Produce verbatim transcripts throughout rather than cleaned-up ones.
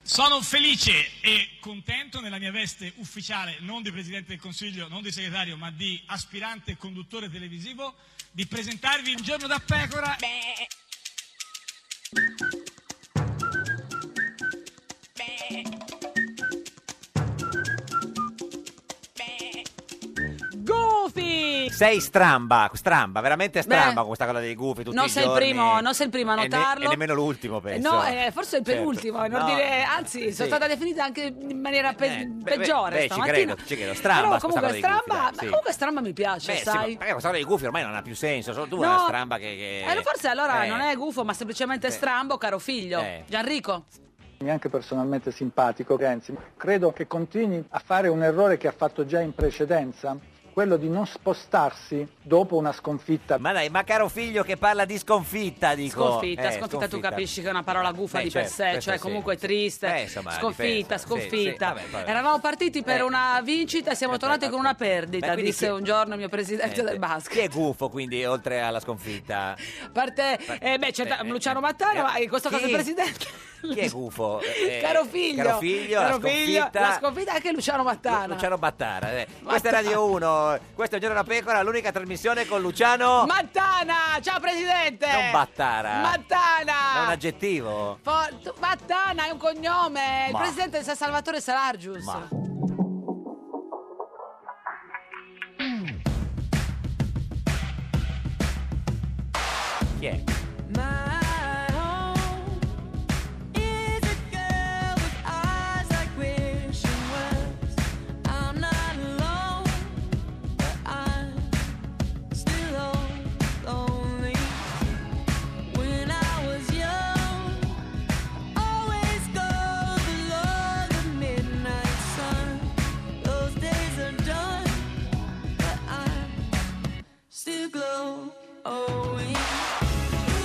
Sono felice e contento nella mia veste ufficiale, non di Presidente del Consiglio, non di segretario, ma di aspirante conduttore televisivo, di presentarvi Un giorno da pecora. Beh. Beh. Gufi! Sei stramba, stramba, veramente stramba Beh, con questa cosa dei gufi tutti non i sei giorni. il primo, non sei il primo a E ne- notarlo. E, nemmeno l'ultimo, penso. No, eh, forse il Certo. penultimo, in No. ordine, anzi, Sì. sono stata definita anche in maniera pe- Eh, beh, peggiore beh, ci stamattina. credo, ci credo. Stramba Però questa comunque cosa dei gufi, stramba, dai, ma sì. comunque stramba mi piace, Beh, sì, sai? ma perché questa cosa dei gufi ormai non ha più senso, solo tu No. hai una stramba che... che... Eh, forse allora Eh. non è gufo, ma semplicemente Sì. strambo, caro figlio. Eh. Gianrico. Mi è anche personalmente simpatico Renzi. Credo che continui a fare un errore che ha fatto già in precedenza, quello di non spostarsi dopo una sconfitta. Ma dai, ma caro figlio che parla di sconfitta, dico. Sconfitta, Eh, sconfitta, tu capisci che è una parola gufa Beh, di per certo, sé, questo cioè sì. comunque triste, Eh, insomma, sconfitta, difesa, sì, sconfitta. sì, vabbè, vabbè. Eravamo partiti per Eh. una vincita e siamo Eh, tornati beh, con una Beh, perdita, quindi disse chi- un giorno il mio presidente Eh, del Chi basket. è gufo, quindi, oltre alla sconfitta? Parte, eh, beh, c'è eh, Luciano eh, Mattano, eh, ma in questo caso chi? il presidente. Chi è gufo? Eh, Caro figlio, Caro figlio, caro la figlio, sconfitta... la sconfitta è anche Luciano Mattana. Luciano Battara. eh. Questa è Mattana. Radio uno, questo è Un giorno da pecora, l'unica trasmissione con Luciano... Mattana, ciao presidente. Non Battara. Mattana. È un aggettivo? For- tu- Mattana è un cognome. Il Ma- presidente è Salvatore Salargius. Ma... Chi è? Still glow, oh,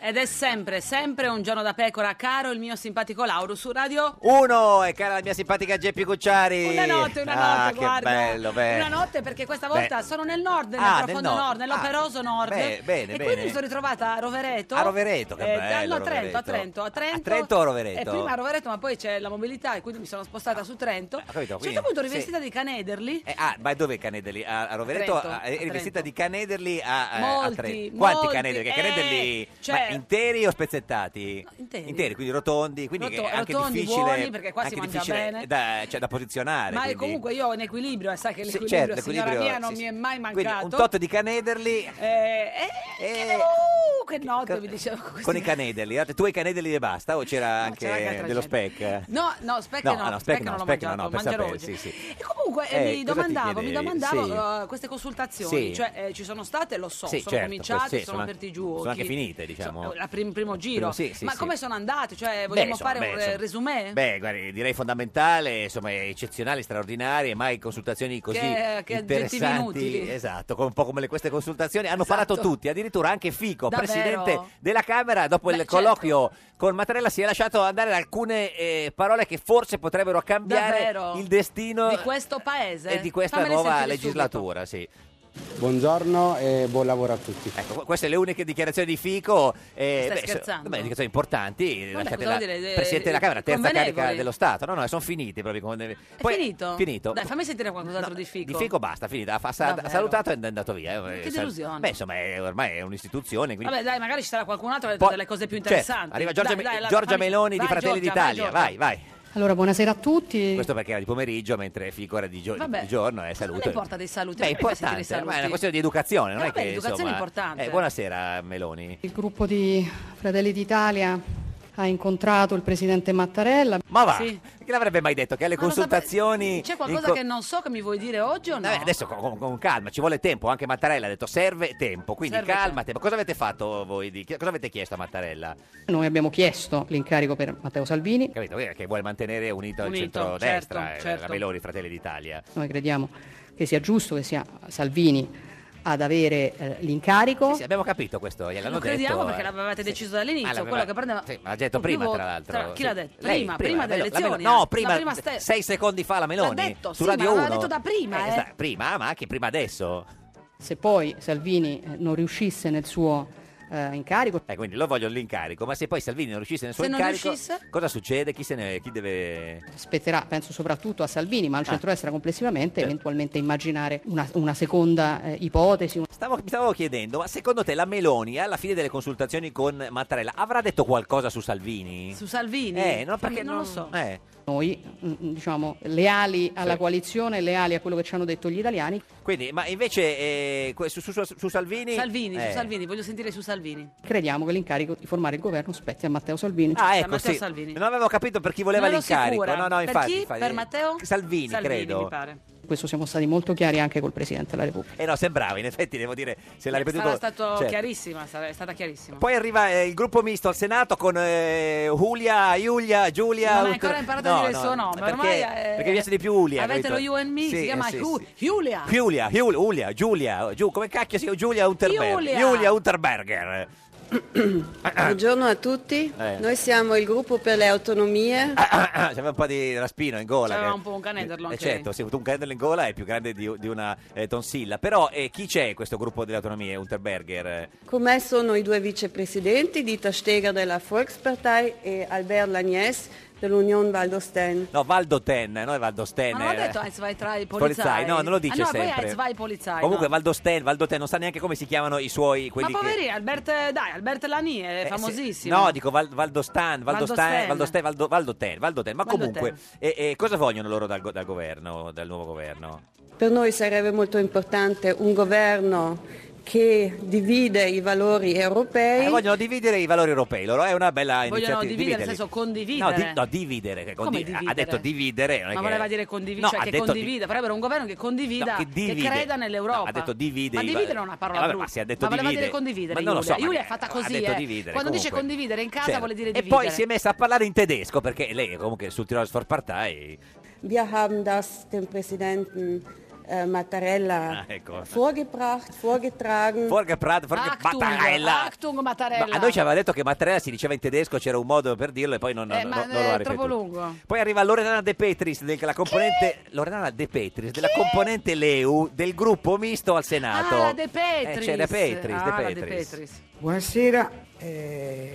Ed è sempre, sempre un giorno da pecora, caro il mio simpatico Lauro su Radio Uno, e cara la mia simpatica Geppi Cucciari. Una notte, una notte, ah, guarda. che bello, beh. Una notte perché questa volta Beh. sono nel nord, nel Ah, nel profondo nord. nord, nell'operoso Ah, nord. beh, bene, e bene. quindi mi sono ritrovata a Rovereto. A Rovereto, che eh, bello, no, a Trento, a Rovereto. Trento, a Trento. A Trento o a Rovereto? E prima a Rovereto, ma poi c'è la mobilità e quindi mi sono spostata su Trento. Ho capito, a un quindi- certo punto rivestita sì. di Canederli. Eh, ah, ma dove Canederli? A, a Rovereto? Trento, a- a è rivestita Trento. di Canederli a, a, Molti, a Trento. Quanti molti, Canederli? Che eh, Canederli cioè- ma interi o spezzettati? interi. quindi rotondi, quindi Roto- che è anche rotondi, difficile, buoni, perché qua si anche mangia difficile bene. Da, cioè, da posizionare. Ma quindi. comunque io ho un equilibrio, e sai che Sì, l'equilibrio, certo, signora l'equilibrio, mia, non sì, mi sì. è mai Quindi mancato. un tot di Canederli Eh, eh, Eh, uh, che notte vi dicevo con questi- con i Canederli. Tu hai Canederli e basta o c'era anche c'era anche altra dello gente. speck? No, no, speck No, no, ah, no, speck speck non no, l'ho speck no, mangiato, no, per mangerò sapere, oggi. sì, sì. E comunque eh, Eh, mi cosa ti domandavo, mi chiedevi? domandavo Sì. uh, queste consultazioni, Sì. cioè eh, ci sono state, lo so, Sì, sono certo, cominciate, sì, sono sono- aperti i giochi. sono anche finite, diciamo. So, la prim- primo giro. Primo- sì, sì, Ma sì. come sono andate? Cioè, Beh, vogliamo insomma, fare beh, un insomma. eh, resumé? Beh, guardi, direi fondamentale, insomma, eccezionali, straordinarie, mai consultazioni così Che- che aggettivi interessanti. inutili. Esatto, con un po' come le- queste consultazioni. Hanno Esatto. parlato tutti, addirittura anche Fico, Davvero? presidente della Camera, dopo Beh, il certo. colloquio con Mattarella si è lasciato andare alcune eh, parole che forse potrebbero cambiare Davvero? il destino Di questo paese? e di questa Fammele nuova sentire legislatura, sì. Buongiorno e buon lavoro a tutti. Ecco, queste le uniche dichiarazioni di Fico. Eh, Stai beh, scherzando? so- beh, dichiarazioni importanti. Vabbè, lasciate cosa la- vuol dire? Eh, Presidente della Camera, terza convenevoli? carica dello Stato. No, no, sono finiti proprio. Con... È Poi- finito? Finito. Dai, fammi sentire qualcos'altro di Fico. Di Fico basta, finita. Ha, fa- sa- ha Davvero? salutato e è andato via. Eh, Che sal- delusione. Beh, insomma, è- ormai è un'istituzione. Quindi... Vabbè, dai, magari ci sarà qualcun altro che ha detto Poi- delle cose più certo, interessanti. arriva Giorgia, Dai, Me- dai, la- Giorgia fammi- Meloni vai, di Fratelli Giorgia, vai, d'Italia. Giorgia. Vai, vai. Allora, buonasera a tutti. Questo perché era di pomeriggio, mentre Fico era di, gio- Vabbè, di giorno. È cosa saluto. ne importa dei saluti? Beh, è Perché fai sentire i importante, ma è una saluti? questione di educazione. Non Eh, è vabbè, che, l'educazione è insomma, importante. eh, buonasera, Meloni. Il gruppo di Fratelli d'Italia ha incontrato il presidente Mattarella. Ma va, Sì. chi l'avrebbe mai detto che alle Ma lo sape- consultazioni... C'è qualcosa in co- che non so che mi vuoi dire oggi o no? Vabbè, adesso con, con- con calma, ci vuole tempo, anche Mattarella ha detto serve tempo, quindi Serve calma, tempo. tempo. Cosa avete fatto voi? Di, cosa avete chiesto a Mattarella? Noi abbiamo chiesto l'incarico per Matteo Salvini. Capito? Che vuole mantenere unito, il Unito, centro-destra, certo, eh, certo. la Meloni, Fratelli d'Italia. Noi crediamo che sia giusto che sia Salvini ad avere eh, l'incarico. Sì, sì, abbiamo capito questo, gliel'hanno Lo crediamo detto. perché eh. l'avevate Sì. deciso dall'inizio, Ah, l'aveva- quello che prendeva Sì, ma l'ha detto con più prima, voti. tra l'altro. Tra- chi Sì. l'ha detto? Lei, Prima, prima delle la Melo- elezioni. No, eh. prima, La prima ste- sei secondi fa la Meloni. L'ha detto, su sì, Radio ma l'aveva uno. detto da prima, eh. sta- prima, ma anche prima adesso. Se poi Salvini eh, non riuscisse nel suo eh, incarico, Eh, quindi lo voglio l'incarico, ma se poi Salvini non riuscisse nel suo Se non incarico, riuscisse? cosa succede? Chi se ne chi deve spetterà, penso soprattutto a Salvini, ma al Ah. centrodestra complessivamente, Certo. eventualmente immaginare una, una seconda eh, ipotesi. un- Stavo, mi stavo chiedendo, ma secondo te la Meloni alla fine delle consultazioni con Mattarella avrà detto qualcosa su Salvini? Su Salvini? Eh, no, perché non lo so. Eh. Noi, mm, diciamo, leali alla Sì. coalizione, leali a quello che ci hanno detto gli italiani. Quindi, ma invece eh, que- su, su- su- su Salvini? Salvini, Eh. su Salvini, voglio sentire su Salvini. Crediamo che l'incarico di formare il governo spetti a Matteo Salvini. Ah, ecco, Matteo sì. Salvini. Non avevo capito per chi voleva Non ero l'incarico. sicura. No, no, Per infatti, chi? infatti. Per Matteo? Salvini, credo. mi pare. Questo siamo stati molto chiari anche col Presidente della Repubblica. Eh no, sembrava, in effetti devo dire, se l'ha ripetuto. Sarà stato Certo. chiarissima, sarà- è stata chiarissima. Poi arriva eh, il gruppo misto al Senato con eh, Julia, Giulia, Giulia. Non hai Ultra- ancora imparato No, a dire il no, suo nome, Perché, ormai è- perché mi piace di più Julia. Avete capito? lo You and Me, Sì, si chiama eh, sì, Ju- sì. Giulia. Giulia, Giulia, Giulia, Giulia, Giu- come cacchio si chiama? Giulia Unterberger. Giulia. Giulia Unterberger. Buongiorno a tutti, Eh. noi siamo il gruppo per le autonomie. C'aveva un po' di raspino in gola. C'aveva che- un po' un canederlo Eh, anche certo, sì, un canederlo in gola è più grande di, di una eh, tonsilla. Però eh, chi c'è in questo gruppo delle autonomie, Unterberger? Con me sono i due vicepresidenti, Dieter Steger della Volkspartei e Albert Lagnès dell'Unione Val d'Osten. No, Valdoten, no è Valdosten. Ma non ho eh. detto Eins, zwei, drei, Polizei, Polizei. no, non lo dice ah, no, sempre. poi Eins, zwei, Polizei. Comunque no. Valdosten, Valdoten, non sa neanche come si chiamano i suoi quelli Ma che... poveri, Albert, dai, Albert Lani è Eh, famosissimo. se- No, dico Val, Valdostan, Valdostan, Valdosten. Valdosten, Valdo, Valdoten, Valdoten. Ma Valdoten. comunque, e, e cosa vogliono loro dal, go- dal governo, dal nuovo governo? Per noi sarebbe molto importante un governo che divide i valori europei. Eh, vogliono dividere i valori europei, loro è una bella Vogliono iniziativa. dividere, nel dividerli. senso condividere. No, di- no, dividere. che Come condi- dividere? Ha detto dividere. non è Ma che- voleva dire condividere, No, cioè ha che detto di- condivida, vorrebbero un governo che condivida, No, che divide. creda nell'Europa. No, ha detto divide Ma i- dividere è una parola Eh, vabbè, brutta. ma se ha detto ma voleva divide- dire condividere, ma non lo Giulia. so, ma Giulia è che- fatta ha così, detto eh. dividere, Quando dice comunque. condividere in casa Certo. vuole dire E dividere. poi si è messa a parlare in tedesco, perché lei comunque sul Tirol Volkspartei... Wir haben das dem Präsidenten äh, Mattarella Ah, ecco. vorgebracht, vorgetragen. Vorgebracht, vorge- Achtung, Mattarella. Achtung Mattarella. Ma a noi ci aveva detto che Mattarella si diceva in tedesco, c'era un modo per dirlo e poi non, Eh, non- ma non- non lo ha è troppo ripetuto. lungo. Poi arriva Loredana De Petris, della componente Loredana De Petris, della componente L E U del gruppo misto al Senato. Ah, la De Petris. Eh, c'è De Petris, Ah, De la De Petris. Petris. Buonasera. Eh,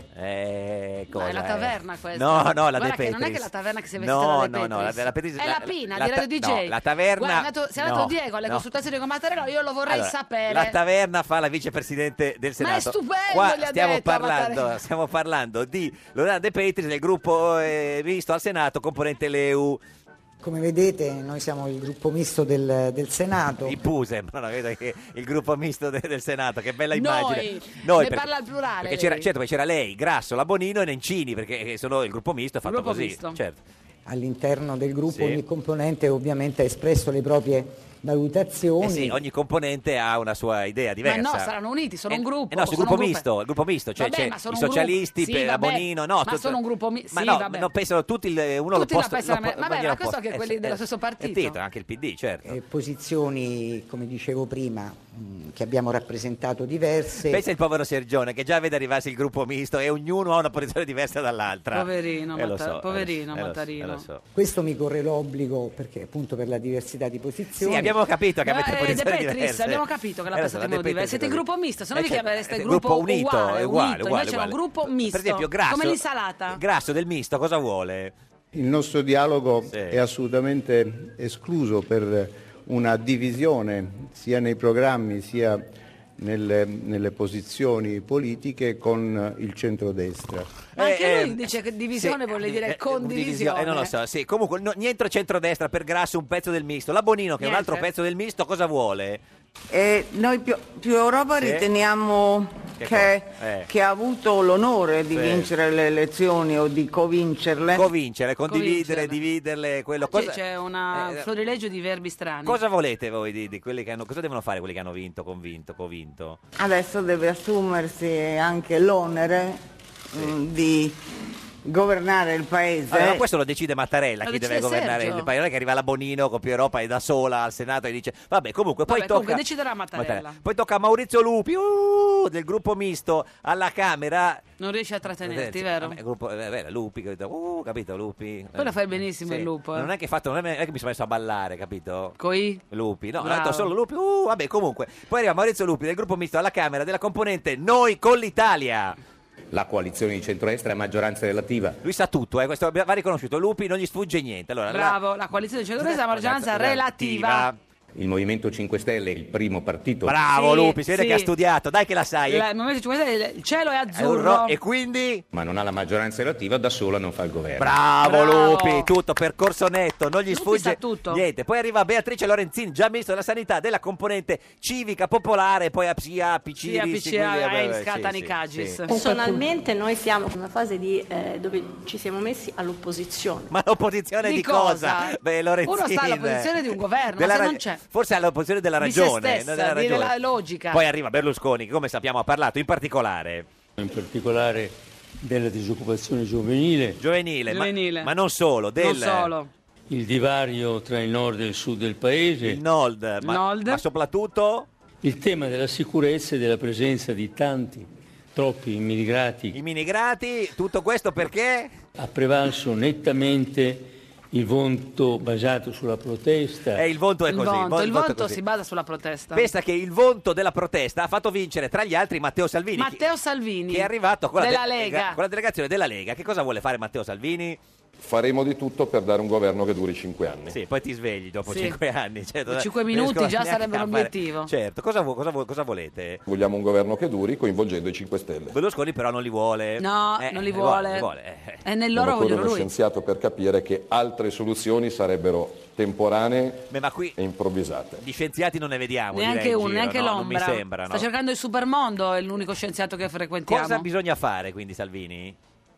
Eh, cosa Ma è la è? taverna questa. No, no, la Guarda De che Petris. non è che la taverna che si è vestita No, da De no, no, la, Petris. la Petris- È la Pina la di ta- Radio D J. no, la taverna. Guarda, è andato- si è andato no, Diego alle no. consultazioni con Mattarella, io lo vorrei Allora, sapere. La taverna fa la vicepresidente del Ma è Senato. stupendo, Qua gli ha stiamo detto a parlando, Mattarella. stiamo parlando di Loredana De Petris del gruppo eh, misto al Senato, componente L E U. come vedete noi siamo il gruppo misto del, del Senato. I Pusem, no, no, vedo che il gruppo misto de- del Senato, che bella immagine. Noi, ne perché- parla al plurale, Perché c'era, lei. certo, perché c'era lei, Grasso, la Bonino e Nencini, perché sono il gruppo misto è fatto Gruppo così. misto. Certo. All'interno del gruppo Sì. ogni componente ovviamente ha espresso le proprie valutazioni. Eh sì, ogni componente ha una sua idea Ma diversa. no, saranno uniti, sono Eh, un gruppo. eh no, sul sono gruppo un gruppo- misto, il gruppo misto, cioè Vabbè, c'è ma sono i un gruppo- socialisti, sì, per la vabbè, Bonino, no, ma tutto- sono un gruppo mi- ma sì, no, vabbè. non pensano tutti il, uno Tutti lo la posta, pensano- lo po- vabbè, maniera ma questo opposta. anche quelli Eh, dello eh, stesso partito. eh, Tito, anche il P D, certo. Eh, posizioni, come dicevo prima, mh, che abbiamo rappresentato diverse. Pensa il povero Sergione che già vede arrivarsi il gruppo misto e ognuno ha una posizione diversa dall'altra. Poverino, Eh, lo Matta- so, eh, poverino eh, lo so, Mattarino. eh, lo so. Questo mi corre l'obbligo perché appunto per la diversità di posizioni. Sì, abbiamo capito che Ma, avete eh, posizioni De Petris, diverse. abbiamo capito che la Eh, lo pensate so, in modo De Petris diverso. Siete è il così. gruppo misto, se no Eh, vi certo, chiamereste eh, il gruppo unito, uguale, è uguale, unito. uguale, Invece è un uguale. gruppo misto, Per esempio, Grasso, come l'insalata. Grasso del misto cosa vuole? Il nostro dialogo Sì. è assolutamente escluso per una divisione sia nei programmi sia nelle, nelle posizioni politiche con il centrodestra. Ma anche Eh, lui eh, dice che divisione sì, vuole dire eh, condivisione. Eh, non lo so, sì. Comunque, no, niente centrodestra per Grasso, un pezzo del misto. La Bonino, che è un Niente. altro pezzo del misto, cosa vuole? Eh, noi più, più Europa Sì. riteniamo Che che, cosa? Eh. che ha avuto l'onore di Sì. vincere le elezioni o di covincerle. Convincere, condividere, Convincere. dividerle, quello. C'è- Cosa, C'è una eh, florilegio di verbi strani. cosa volete voi di, di quelli che hanno... Cosa devono fare quelli che hanno vinto, convinto, convinto? Adesso deve assumersi anche l'onere mh, di governare il paese. Allora, ma questo lo decide Mattarella, Lo chi decide deve governare Sergio. il paese. Non è che arriva la Bonino con più Europa e da sola al Senato e dice vabbè comunque poi Vabbè, tocca comunque deciderà Mattarella. Poi tocca a Maurizio Lupi uh, del gruppo misto alla Camera. Non riesci a trattenerti, Eh, vero? vabbè, gruppo, eh, vero, Lupi, capito? Uh, capito Lupi. Poi lo fai benissimo Sì. il lupo. eh. Non è che fatto, non è, non è che mi sono messo a ballare, capito? Coi? Lupi, no, ho Bravo. detto solo Lupi. Uh, vabbè, comunque. Poi arriva Maurizio Lupi del gruppo misto alla Camera della componente Noi con l'Italia. La coalizione di centrodestra è maggioranza relativa. Lui sa tutto, eh, questo va riconosciuto. Lupi non gli sfugge niente. Allora, la- Bravo, la coalizione di centrodestra è una maggioranza relativa. relativa. Il Movimento cinque Stelle è il primo partito. Bravo Sì, Lupi, si vede sì. che ha studiato, dai che la sai. Il Movimento cinque Stelle, il cielo è È azzurro. un ro- E quindi? Ma non ha la maggioranza relativa, da sola non fa il governo. Bravo, Bravo. Lupi, tutto percorso netto, non gli Lupi sfugge sa tutto. niente. Poi arriva Beatrice Lorenzin, già ministro della sanità, della componente civica popolare, poi A P C A, P C Sì, A P C A, Eins, Katanikagis. Personalmente noi siamo in una fase di, eh, dove ci siamo messi all'opposizione. Ma l'opposizione di, Di cosa? cosa? Beh, Lorenzin. Uno sta all'opposizione di un governo, Della se ra- non c'è. Forse all'opposizione della Di se ragione. stessa, non della di ragione. la logica. Poi arriva Berlusconi, che come sappiamo ha parlato in particolare. In particolare della disoccupazione giovanile, Giovanile, ma- Giovanile. Ma, non solo, del... Non solo. il divario tra il nord e il sud del paese, Il Nord, ma, Nord. ma soprattutto il tema della sicurezza e della presenza di tanti, troppi immigrati. i minigrati, tutto questo perché? Ha prevalso nettamente il voto basato sulla protesta. Eh, il voto è Il così. vonto, vo- il voto è vonto così. si basa sulla protesta. Pensa che il vonto della protesta ha fatto vincere tra gli altri Matteo Salvini, Matteo Salvini, che è arrivato con la, della de- Lega. con la delegazione della Lega. Che cosa vuole fare Matteo Salvini? Faremo di tutto per dare un governo che duri cinque anni. Sì, poi ti svegli dopo Sì. cinque anni. Certo, Cinque non minuti riesco già neanche sarebbe a un fare- obiettivo. Certo, cosa, vu- cosa vu- cosa volete? Vogliamo un governo che duri coinvolgendo i cinque Stelle. Berlusconi però non li vuole. No, Eh, non li li vuole. li vuole, eh. E nel Non loro occorre vogliono uno lui. scienziato per capire che altre soluzioni sarebbero temporanee Beh, ma qui e improvvisate. di scienziati non ne vediamo. Neanche direi, in uno, giro, neanche no? l'ombra. Non mi sembra, no. Sta cercando il supermondo, è l'unico scienziato che frequentiamo. Cosa bisogna fare quindi Salvini?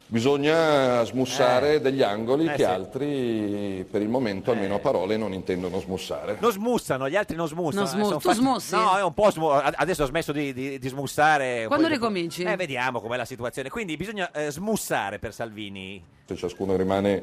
Bisogna smussare Eh. degli angoli Eh, che sì. altri, per il momento, almeno a parole, non intendono smussare. Non smussano, gli altri non smussano. Non smu- eh, sono tu smussi? No, è un po' smu- adesso ho smesso di, di- di smussare. Quando poi- ricominci? Eh, vediamo com'è la situazione. Quindi bisogna eh, smussare per Salvini. Se ciascuno rimane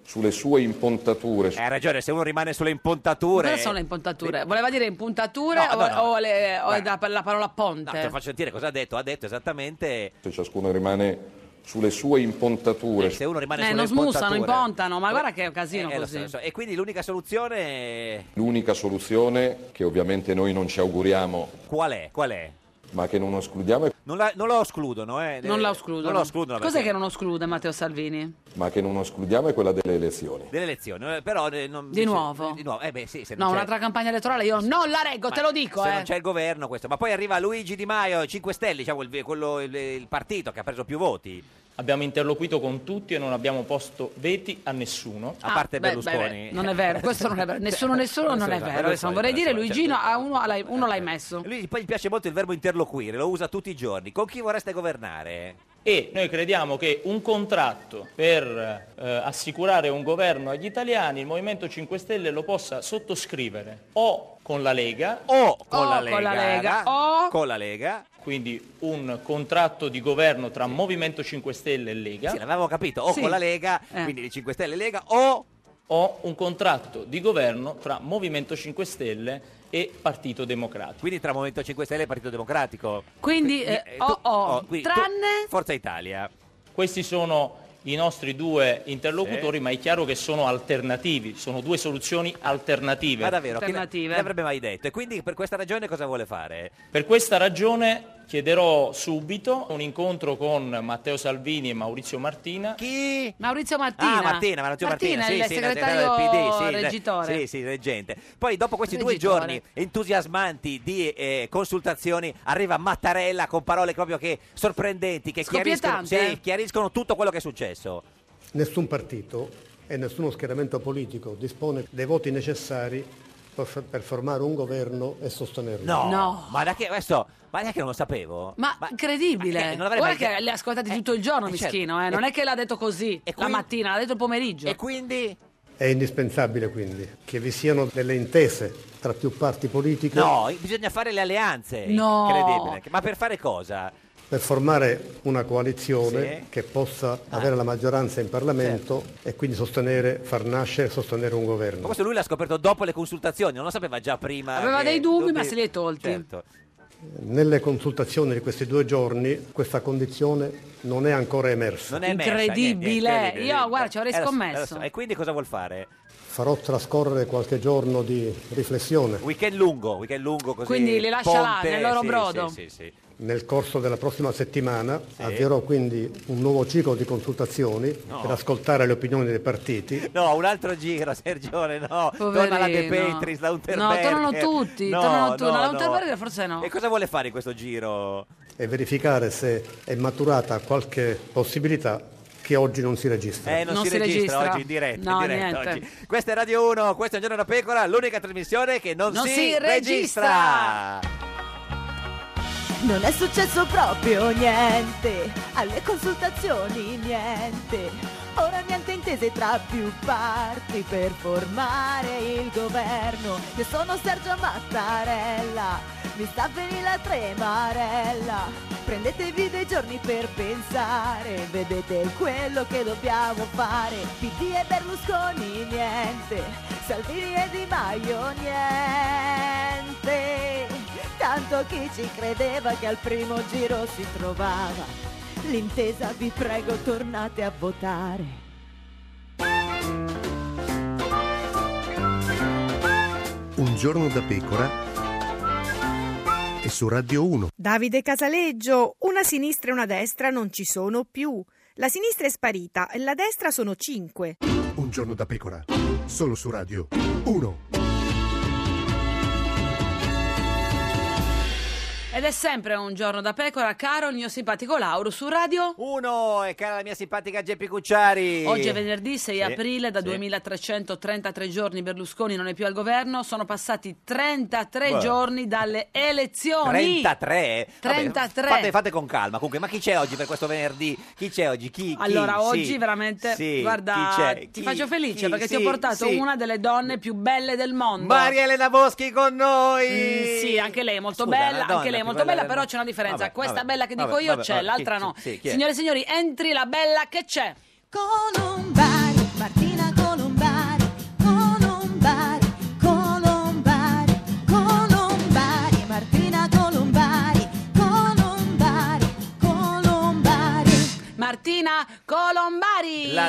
sulle sue impuntature. Hai ragione, se uno rimane sulle impuntature... Cosa sono le impuntature? Voleva dire impuntature No, o, no, no. o le- o Guarda. la, la parola No, ponte? te lo faccio sentire cosa ha detto. Ha detto esattamente... Se ciascuno rimane sulle sue impuntature. Se uno rimane Eh, sulle non smussano, impuntature... impontano, ma guarda che è un casino Eh, lo così. so, lo so. E quindi l'unica soluzione... L'unica soluzione, che ovviamente noi non ci auguriamo, Qual è? Qual è? ma che non escludiamo, Non, la- non lo escludono, eh? Non la Eh, escludono. Non lo escludono. Cos'è perché- che non esclude Matteo Salvini? ma che non escludiamo è quella delle elezioni. Delle elezioni, eh, però... eh, non- Di nuovo? Di nuovo, eh beh sì, se No, non c'è- un'altra campagna elettorale io non la reggo, te lo dico, se eh. non c'è il governo questo, ma poi arriva Luigi Di Maio, cinque Stelle, diciamo il, quello, il, il partito che ha preso più voti, Abbiamo interloquito con tutti e non abbiamo posto veti a nessuno. a parte Ah, beh, Berlusconi. beh, beh, non è vero, questo non è vero. Nessuno, nessuno non è Nessuno, vero. Adesso non vorrei dire, Luigino, a uno l'hai, uno l'hai messo. Lui poi gli piace molto il verbo interloquire, lo usa tutti i giorni. Con chi vorreste governare? E noi crediamo che un contratto per eh, assicurare un governo agli italiani, il Movimento cinque Stelle lo possa sottoscrivere o con la Lega o con, la, Lega, con la Lega o con la Lega. Quindi un contratto di governo tra Movimento cinque Stelle e Lega. Sì, l'avevamo capito, o Sì. con la Lega, Eh. quindi i cinque Stelle Lega, o o un contratto di governo tra Movimento cinque Stelle e Partito Democratico. Quindi tra Movimento cinque Stelle e Partito Democratico. Quindi, eh, oh, oh, quindi tu- tranne... Forza Italia. Questi sono i nostri due interlocutori, Sì. ma è chiaro che sono alternativi, sono due soluzioni alternative. Ma davvero, chi l'ha- chi l'avrebbe mai detto? E quindi per questa ragione cosa vuole fare? Per questa ragione chiederò subito un incontro con Matteo Salvini e Maurizio Martina. Chi? Maurizio Martina. Ah, Martina, Maurizio Martina, sì, il sì, segretario del P D, sì, reggitore. Sì, sì, reggente. Poi dopo questi Reggitore. due giorni entusiasmanti di eh, consultazioni arriva Mattarella con parole proprio che sorprendenti, che chiariscono, Scoppiettante, sì, eh? chiariscono tutto quello che è successo. Nessun partito e nessuno schieramento politico dispone dei voti necessari per, per formare un governo e sostenerlo. No, No. ma da che questo, ma neanche non lo sapevo. Ma, incredibile. ma che- non avrebbe Guarda mai- che li ha ascoltati tutto il giorno, eh, mischino. certo. Eh. Non E- è che l'ha detto così, la quindi- mattina, l'ha detto il pomeriggio. E quindi? È indispensabile quindi che vi siano delle intese tra più parti politiche No, bisogna fare le alleanze. No. Incredibile. Ma per fare cosa? per formare una coalizione Sì. Ah. che possa avere la maggioranza in Parlamento e quindi sostenere, far nascere e sostenere un governo. Ma questo lui l'ha scoperto dopo le consultazioni, non lo sapeva già prima. Aveva che- dei dubbi, ma se li hai tolti. Certo. Nelle consultazioni di questi due giorni questa condizione non è ancora emersa. Non è emersa, Incredibile. niente, incredibile. Io, guarda, ci avrei Eh, lo so, scommesso. eh, lo so. E quindi cosa vuol fare? Farò trascorrere qualche giorno di riflessione. Weekend lungo, weekend lungo così. Quindi li lascia là, ponte, nel loro sì, brodo? Sì, sì, sì. Nel corso della prossima settimana avvierò quindi un nuovo ciclo di consultazioni No. per ascoltare le opinioni dei partiti. No, un altro giro, Sergione, no. Poverino. Torna la De Petris, la Unterberger. No, tornano tutti, No, tornano tutti. no, La no. Unterberger forse no. E cosa vuole fare in questo giro? E verificare se è maturata qualche possibilità che oggi non si registra. Eh, non, Non si, si registra, registra. oggi in diretta, No, in diretta niente. oggi. Questa è Radio uno, questo è Un Giorno da Pecora, l'unica trasmissione che non, Non si, si registra. Non è successo proprio niente, alle consultazioni niente, ora niente intese tra più parti per formare il governo. Io sono Sergio Mattarella, mi sta venendo la tremarella, prendetevi dei giorni per pensare, vedete quello che dobbiamo fare. P D e Berlusconi niente, Salvini e Di Maio niente. Tanto chi ci credeva che al primo giro si trovava l'intesa, vi prego tornate a votare. Un giorno da pecora e su Radio uno. Davide Casaleggio, una sinistra e una destra non ci sono più. La sinistra è sparita e la destra sono cinque. Un giorno da pecora, solo su Radio uno. Ed è sempre Un Giorno da Pecora, caro il mio simpatico Lauro su Radio uno. E cara la mia simpatica Geppi Cucciari. Oggi è venerdì sei Sì, aprile, da sì. duemilatrecentotrentatré giorni Berlusconi non è più al governo, sono passati trentatré Beh. giorni dalle elezioni. trentatré? Vabbè, trentatré. fate, fate con calma. Comunque, ma chi c'è oggi per questo venerdì? Chi c'è oggi? Chi? chi? Allora, oggi Sì. veramente, Sì, guarda, chi c'è? ti Chi? faccio felice Chi? perché ti ho Sì, portato sì. una delle donne più belle del mondo. Maria Elena Boschi con noi. Mm, sì, anche lei è molto Scusa, bella, una donna anche lei è più molto bella bella, del- però c'è una differenza. Vabbè, Questa vabbè, bella che dico vabbè, io vabbè, c'è, vabbè, l'altra chi- no. sì, chi è? Signore e signori, entri la bella che c'è. Con un bacio, Martina con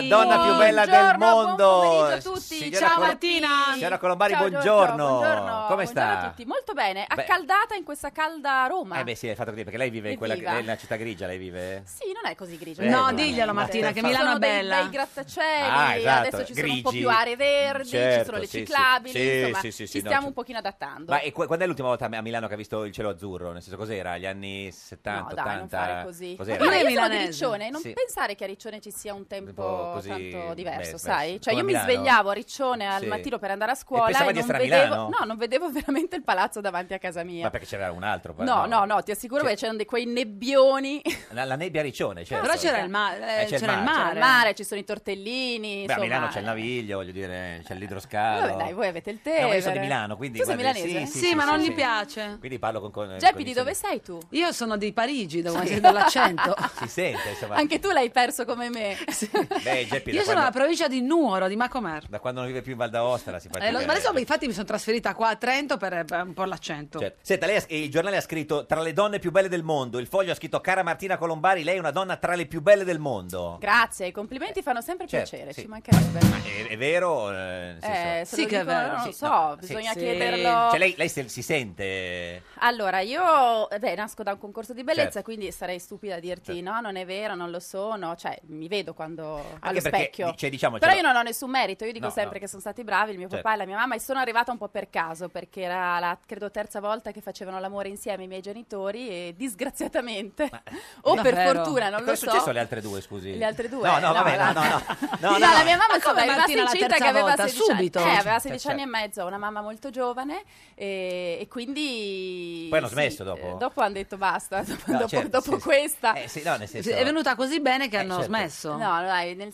donna più bella del Buongiorno, mondo. buon pomeriggio a tutti. Signora Ciao Col- Martina. Signora Colombari, Ciao, buongiorno. Giorgio, buongiorno. Come sta? Buongiorno a tutti. Molto bene, accaldata in questa calda Roma. Eh beh sì, hai fatto così, perché lei vive in quella Evviva. lei è nella città grigia, lei vive? Sì, non è così grigio. Eh, No, no, diglielo no, Martina, no, che no. Milano è Sono dei bella. bei grattacieli, Ah, esatto, adesso ci sono un po' grigi. più aree verdi, ci Certo, sono le sì, sì. ciclabili, Sì, insomma, sì, sì, sì, ci no, stiamo cioè- un pochino adattando. Ma e qu- quando è l'ultima volta a Milano che ha visto il cielo azzurro? Nel senso, cos'era? Gli anni settanta, No, dai, non ottanta? fare così. Cos'era? Allora, io sono di milanese. Riccione, non Sì. pensare che a Riccione ci sia un po' tempo così, tanto diverso, beh, sai? beh, Cioè come io mi Milano. svegliavo a Riccione al Sì. mattino per andare a scuola pensava e, di non essere a vedevo, Milano? no, non vedevo veramente il palazzo davanti a casa mia. Ma perché c'era un altro? No, no, no, ti assicuro Cioè- che c'erano dei, quei nebbioni. La, la nebbia a Riccione, certo. Però c'era il, ma- eh, Eh, c'è il c'era il mare. C'era mare. il mare, ci sono i tortellini, Beh, a insomma. Milano c'è il Naviglio, voglio dire, c'è l'idroscalo. Vabbè, dai, voi avete il No, io sono Tevere. di Milano, quindi... Tu sei guardi, milanese? Sì, Sì, sì, ma sì, non sì. gli piace. Quindi parlo con... con Geppi, con di i- dove sei tu? Io sono di Parigi, devo essere dall'accento. Si sente, insomma. Anche tu l'hai perso come me. Beh, Geppi, da Io sono quando, dalla provincia di Nuoro, di Macomer. da quando non vive più in Val d'Aosta la simpatia. Eh, lo- ma adesso infatti mi sono trasferita qua a Trento per eh, un po' l'accento. Certo. Senta, lei ha- il giornale ha scritto tra le donne più belle del mondo, il Foglio ha scritto cara Martina Colombari, lei è una donna tra le più belle del mondo. Grazie, i complimenti fanno sempre Certo, piacere, sì. ci mancherebbe. Ma è, è vero? eh, nel senso- Eh, se Sì lo che è dicono, vero. non lo Sì, so, no, sì. bisogna Sì. chiederlo. Cioè lei, lei se- si sente... Allora, io beh, nasco da un concorso di bellezza, Certo. quindi sarei stupida a dirti Certo. no, non è vero, non lo sono, cioè mi vedo quando allo perché, specchio. cioè, diciamocelo. Però io non ho nessun merito, io dico No, sempre no. che sono stati bravi il mio Certo. papà e la mia mamma e sono arrivata un po' per caso, perché era la credo terza volta che facevano l'amore insieme i miei genitori e disgraziatamente o per davvero? fortuna, non Cosa lo è so. successo alle altre due, scusi? Le altre due? No, no, No, vabbè, no, no. no, no. no, No, no, la mia mamma Ma insomma come è rimasta Martina la incinta terza che aveva volta? sedici anni. Subito? Eh, aveva Certo, sedici certo. anni e mezzo, una mamma molto giovane e, e quindi Poi hanno sì, smesso dopo? eh, dopo hanno detto basta, dopo, No, dopo- certo, dopo sì, sì. questa. Eh, sì, no, nel senso... È venuta così bene che Eh, hanno certo. smesso. No, dai, nel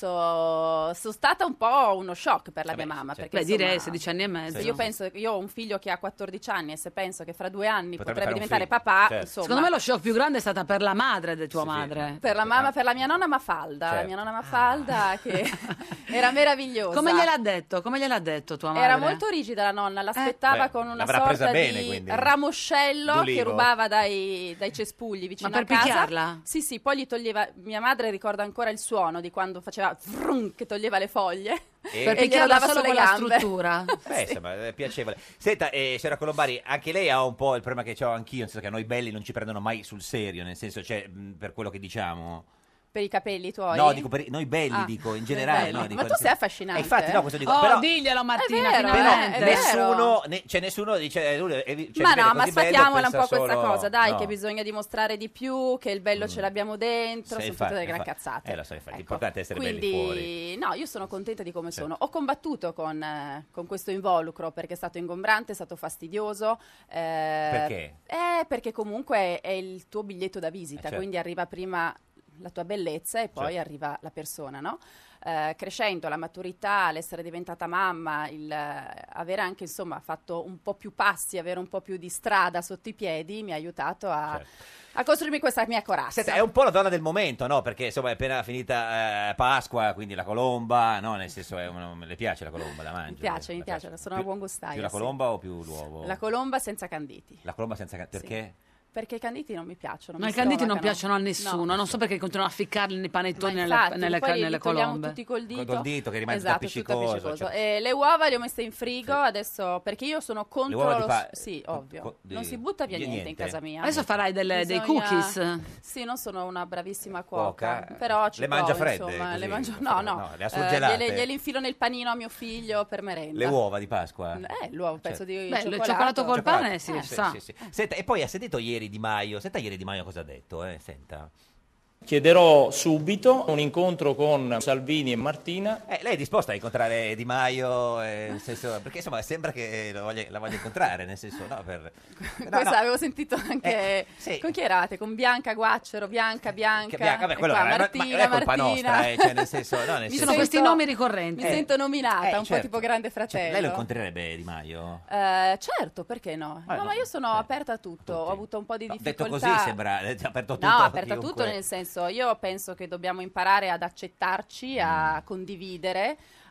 senso sono stata un po' uno shock per la Vabbè, mia mamma certo. perché Beh, direi insomma, sedici anni e mezzo. se io penso io ho un figlio che ha quattordici anni e se penso che fra due anni Potrebbe potrebbe, fare un diventare figlio, papà, certo. insomma. Secondo me lo shock più grande è stata per la madre di tua Sì, sì. madre. Per la mamma, per la mia nonna Mafalda, la Certo. mia nonna Mafalda che era meravigliosa. Come gliel'ha detto? Come gliel'ha detto tua madre? Era molto rigida la nonna, l'aspettava Beh, con una l'avrà presa sorta bene, di quindi. ramoscello D'ulivo. che rubava dai, dai cespugli vicino Ma per a casa. picchiarla? Sì, sì, poi gli toglieva, mia madre ricorda ancora il suono di quando faceva vrrum, che toglieva le foglie. E- Per e glielo picchiarla dava solo sulle con la gambe. struttura. Beh, insomma, è piacevole. Senta, eh, signora Colombari, anche lei ha un po' il problema che ho anch'io, nel senso che a noi belli non ci prendono mai sul serio, nel senso, cioè, mh, per quello che diciamo. Per i capelli tuoi? No, dico per i- noi belli, Ah, dico, in per generale. belli. no, dico- Ma tu sei affascinante. Eh, infatti, no, questo dico. Oh, però, diglielo Martina, È vero, finalmente. è vero. nessuno, ne- cioè, nessuno dice... eh, lui è- cioè, Ma si vede no, ma così bello, sfatiamola un pensa po' questa solo- cosa, dai, no. che bisogna dimostrare di più, che il bello Mm. ce l'abbiamo dentro, Sì, sono infatti, tutte delle gran infatti. cazzate. Eh, lo so, infatti, Ecco. l'importante è essere Quindi, belli fuori. no, io sono contenta di come Certo. sono. Ho combattuto con, eh, con questo involucro perché è stato ingombrante, è stato fastidioso. eh, Perché? Eh, perché comunque è il tuo biglietto da visita, Eh, certo. quindi arriva prima la tua bellezza e poi Certo. arriva la persona, no? Eh, crescendo, la maturità, l'essere diventata mamma, il eh, avere anche insomma fatto un po' più passi, avere un po' più di strada sotto i piedi mi ha aiutato a, Certo. a costruirmi questa mia corazza. Senta, è un po' la donna del momento, no? Perché insomma è appena finita eh, Pasqua, quindi la colomba, no? Nel senso, è un- le piace la colomba, la mangia? Mi piace, mi piace, sono una buon gustaia. Più la sì. colomba o più l'uovo? La colomba senza canditi. La colomba senza can- Sì. perché? Perché i canditi non mi piacciono. Ma mi i canditi non stovacano. piacciono a nessuno, No. non so perché continuano a ficcarli nei panettoni Ma nelle, infatti, nelle, poi li- nelle li togliamo colombe. tutti col dito. Col dito che rimane esatto, tutto tutto appiccicoso, appiccicoso. cioè. E le uova le ho messe in frigo adesso perché io sono contro uova di lo pa- sì, co- ovvio. co- di- non si butta via di niente, niente. in casa mia. Adesso farai delle- dei Bisogna- cookies. Sì, non sono una bravissima cuoca, Cuoca? però ci Le mangia provo, fredde, insomma, così? le mangio no, no, No, le ha Eh, surgelate? gliele, gliele infilo nel panino a mio figlio per merenda. Le uova di Pasqua? Eh, l'uovo, pezzo di Beh, il cioccolato. cioccolato col Cioccolato. pane si Eh, sa. sì, sì, sì. Senta, e poi ha sentito ieri Di Maio? Senta ieri Di Maio cosa ha detto, eh? Senta. Chiederò subito un incontro con Salvini e Martina. Eh, lei è disposta a incontrare Di Maio? eh, nel senso, perché insomma sembra che lo voglia- la voglia incontrare, nel senso, no, per... no, Questa no. avevo sentito anche Eh, sì. con chi erate? Con Bianca Guaccero, Bianca, Bianca, Che Bianca, vabbè, e quello qua, era- ma- ma Martina, non è colpa Martina. nostra, eh, cioè, nel senso, no, nel Mi senso- Sono questi sento- nomi ricorrenti. Mi Eh. sento nominata, Eh, un certo. po' tipo Grande Cioè, Fratello. lei lo incontrerebbe Di Maio? Eh, certo, perché no? Eh, no, no, ma io sono aperta a tutto, ho avuto un po' di No, detto difficoltà. così sembra eh, aperto tutto. No, a aperta a chiunque. tutto nel senso, io penso che dobbiamo imparare ad accettarci, a Mm. condividere,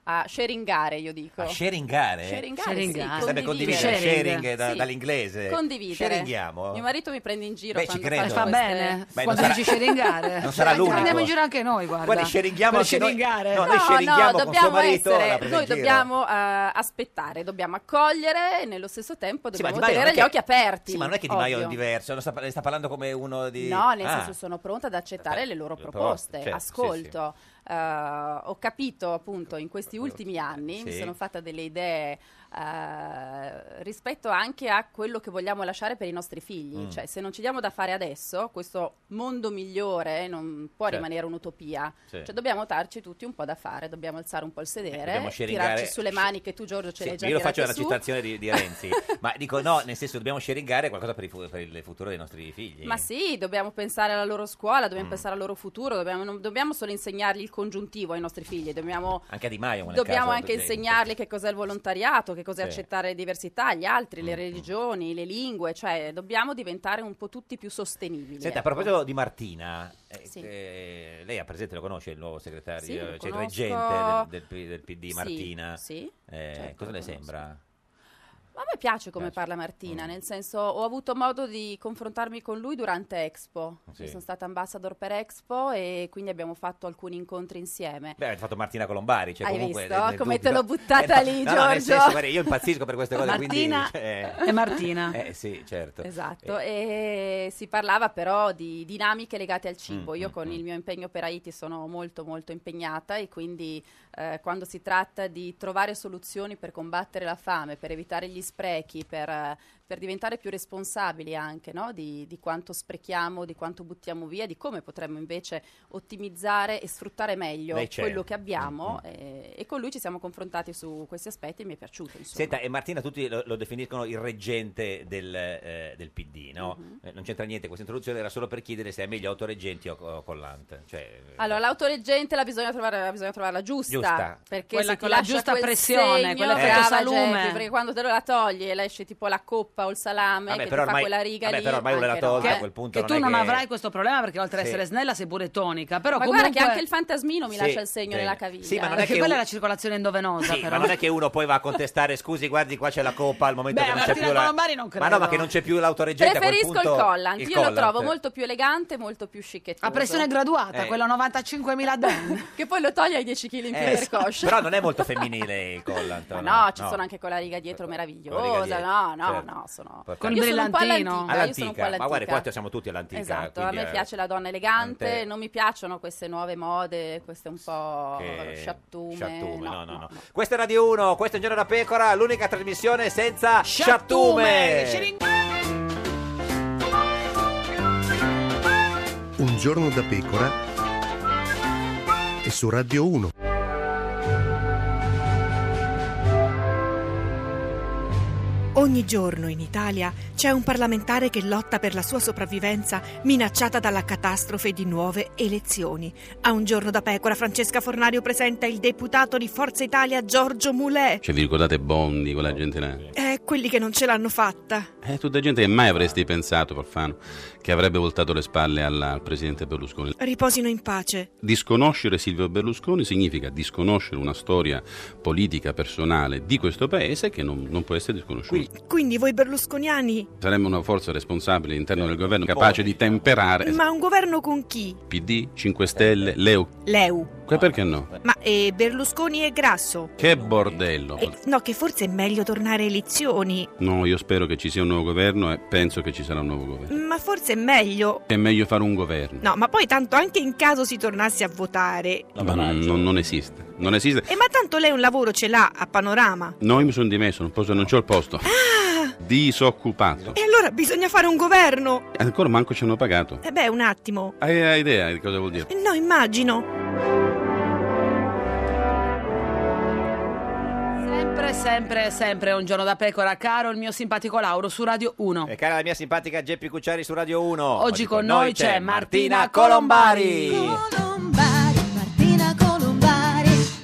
a sharingare, io dico. A sharingare? Sharingare, Sharingare. sì, Sarebbe condividere, sharing da- dall'inglese. Condividere. Sharinghiamo? Mio marito mi prende in giro Beh, ci quando credo. faccio Fa queste- bene. Beh, Quando non dici sarà- sharingare. non sarà l'unico. Andiamo in giro anche noi, guarda. Guardi, sharinghiamo Per anche noi. sharingare. No, noi sharinghiamo no, con suo dobbiamo marito la essere, presa noi in giro. dobbiamo eh, aspettare, dobbiamo accogliere e nello stesso tempo Sì, ma dobbiamo Di Maio non tenere è gli che- occhi aperti. Sì, ma non è che Di Maio è ovvio. diverso, non sta, ne sta parlando come uno di... No, nel Ah. senso sono pronta ad accettare le loro proposte, proposte, certo, ascolto. Eh, ho capito appunto in questi ultimi anni, mi Sì. sono fatta delle idee eh, rispetto anche a quello che vogliamo lasciare per i nostri figli. Mm. Cioè, se non ci diamo da fare adesso, questo mondo migliore non può Certo. rimanere un'utopia. Sì. Cioè, dobbiamo darci tutti un po' da fare, dobbiamo alzare un po' il sedere, dobbiamo sharingare- tirarci sulle maniche. Tu, Giorgio, ce Sì, l'hai già io lo faccio tirate nella su. citazione di, di Renzi, ma dico no, nel senso dobbiamo sharingare qualcosa per, i fu- per il futuro dei nostri figli. Ma sì, dobbiamo pensare alla loro scuola, dobbiamo Mm. pensare al loro futuro, dobbiamo, non dobbiamo solo insegnargli il congiuntivo ai nostri figli, dobbiamo, Anche a Di Maio, nel dobbiamo caso, anche per esempio. insegnargli che cos'è il volontariato, che cos'è Sì. accettare le diversità, gli altri, le religioni, le lingue, cioè dobbiamo diventare un po' tutti più sostenibili. Senta, a ecco. proposito di Martina, eh, Sì. eh, lei ha presente, lo conosce il nuovo segretario, Sì, lo cioè il conosco. reggente del, del P- del P D, Sì, Martina? sì, Eh, certo, cosa lo le conosco. sembra? Ma a me piace come parla Martina, nel senso ho avuto modo di confrontarmi con lui durante Expo. Sì. Io sono stata ambassador per Expo e quindi abbiamo fatto alcuni incontri insieme. Beh, avete fatto Martina Colombari, cioè Hai comunque... visto? nel- nel Come dubbio- te l'ho buttata Eh, no, lì, no, no, nel Giorgio. senso, guardi, io impazzisco per queste cose, Martina quindi... cioè, e Martina. Eh sì, certo. Esatto, e si parlava però di dinamiche legate al cibo. Mm, Io mm, con mm. il mio impegno per Haiti sono molto molto impegnata e quindi eh, quando si tratta di trovare soluzioni per combattere la fame, per evitare gli sprechi, per, eh, per diventare più responsabili anche, no? di, di quanto sprechiamo, di quanto buttiamo via, di come potremmo invece ottimizzare e sfruttare meglio Beh, certo. quello che abbiamo e, e con lui ci siamo confrontati su questi aspetti e mi è piaciuto. Insomma. Senta, e Martina tutti lo, lo definiscono il reggente del, eh, del P D, no? Mhm. Eh, non c'entra niente, questa introduzione era solo per chiedere se è meglio autoreggenti o, o Collant. Cioè, Allora, l'autoreggente la bisogna trovare, la bisogna trovarla giusta, Giusta. perché Quella se ti con la lascia giusta quel pressione, segno, quella brava, fetosalume. Geppi, perché quando te la togli e esce tipo la coppa o il salame Vabbè, che però ti fa ormai- quella riga vabbè, lì, però ormai uno l'ha anche no, tolta, eh. a quel punto Che non tu è non che- avrai questo problema perché oltre ad Sì. essere snella sei pure tonica. Però Ma comunque... guarda che anche il fantasmino mi Sì, lascia il segno sì. nella caviglia. Sì, ma non è Perché che quella un- è la circolazione endovenosa. Sì, però. ma non è che uno poi va a contestare, scusi, guardi, qua c'è la coppa al momento Beh, che non c'è Martina più la... Colombari non Ma no, credo. ma che non c'è più l'autoreggente a quel Preferisco punto... il collant, io Collant. lo trovo molto più elegante, molto più scichettoso. A pressione graduata, Eh. quello novantacinquemila den. Che poi lo toglie ai dieci chili in più Eh, per coscia. Però non è molto femminile il Collant. Ma no, no, ci sono anche con la riga dietro Con la meravigliosa. riga dietro, No, no, certo. no, sono Con il io sono un po' brillantino. all'antica, io sono un po' All'antica, ma guardi, all'antica. qua siamo tutti all'antica. Esatto, a quindi, me eh, piace la donna elegante, ante- non mi piacciono queste nuove mode, queste un po' che- sciattume. sciattume, no, no, no, no. Questa è Radio uno, questo è Un Giorno da Pecora, l'unica trasmissione senza sciattume. Un giorno da pecora e su Radio uno. Ogni giorno in Italia c'è un parlamentare che lotta per la sua sopravvivenza minacciata dalla catastrofe di nuove elezioni. A Un giorno da pecora Francesca Fornario presenta il deputato di Forza Italia Giorgio Mulè. Cioè vi ricordate Bondi, quella gente là? Eh, quelli che non ce l'hanno fatta. È tutta gente che mai avresti pensato, Profano, che avrebbe voltato le spalle alla- al presidente Berlusconi. Riposino in pace. Disconoscere Silvio Berlusconi significa disconoscere una storia politica personale di questo paese che non, non può essere disconosciuta. Quindi voi berlusconiani, Saremmo una forza responsabile all'interno del governo capace di temperare ma un governo con chi? P D, cinque Stelle, Leu. Leu. Que- Perché no? Ma eh, Berlusconi e Grasso? Che bordello. Eh, no, che forse è meglio tornare a elezioni. No, io spero che ci sia un nuovo governo e penso che ci sarà un nuovo governo. Ma forse è meglio. È meglio fare un governo. No, ma poi tanto anche in caso si tornasse a votare. Ma non, non- non esiste. Non esiste. E ma tanto lei un lavoro ce l'ha a Panorama. No, io mi sono dimesso, non posso, non c'ho il posto. Disoccupato. E allora bisogna fare un governo. Ancora manco ci hanno pagato. E beh, un attimo. Hai, hai idea di cosa vuol dire? No, immagino. Sempre, sempre, sempre Un giorno da pecora, caro il mio simpatico Lauro su Radio uno. E cara la mia simpatica Geppi Cucciari su Radio uno. Oggi con noi c'è Martina Colombari. Colombari, Martina Colombari.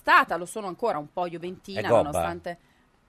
stata, lo sono ancora un po' juventina, È gobba? nonostante...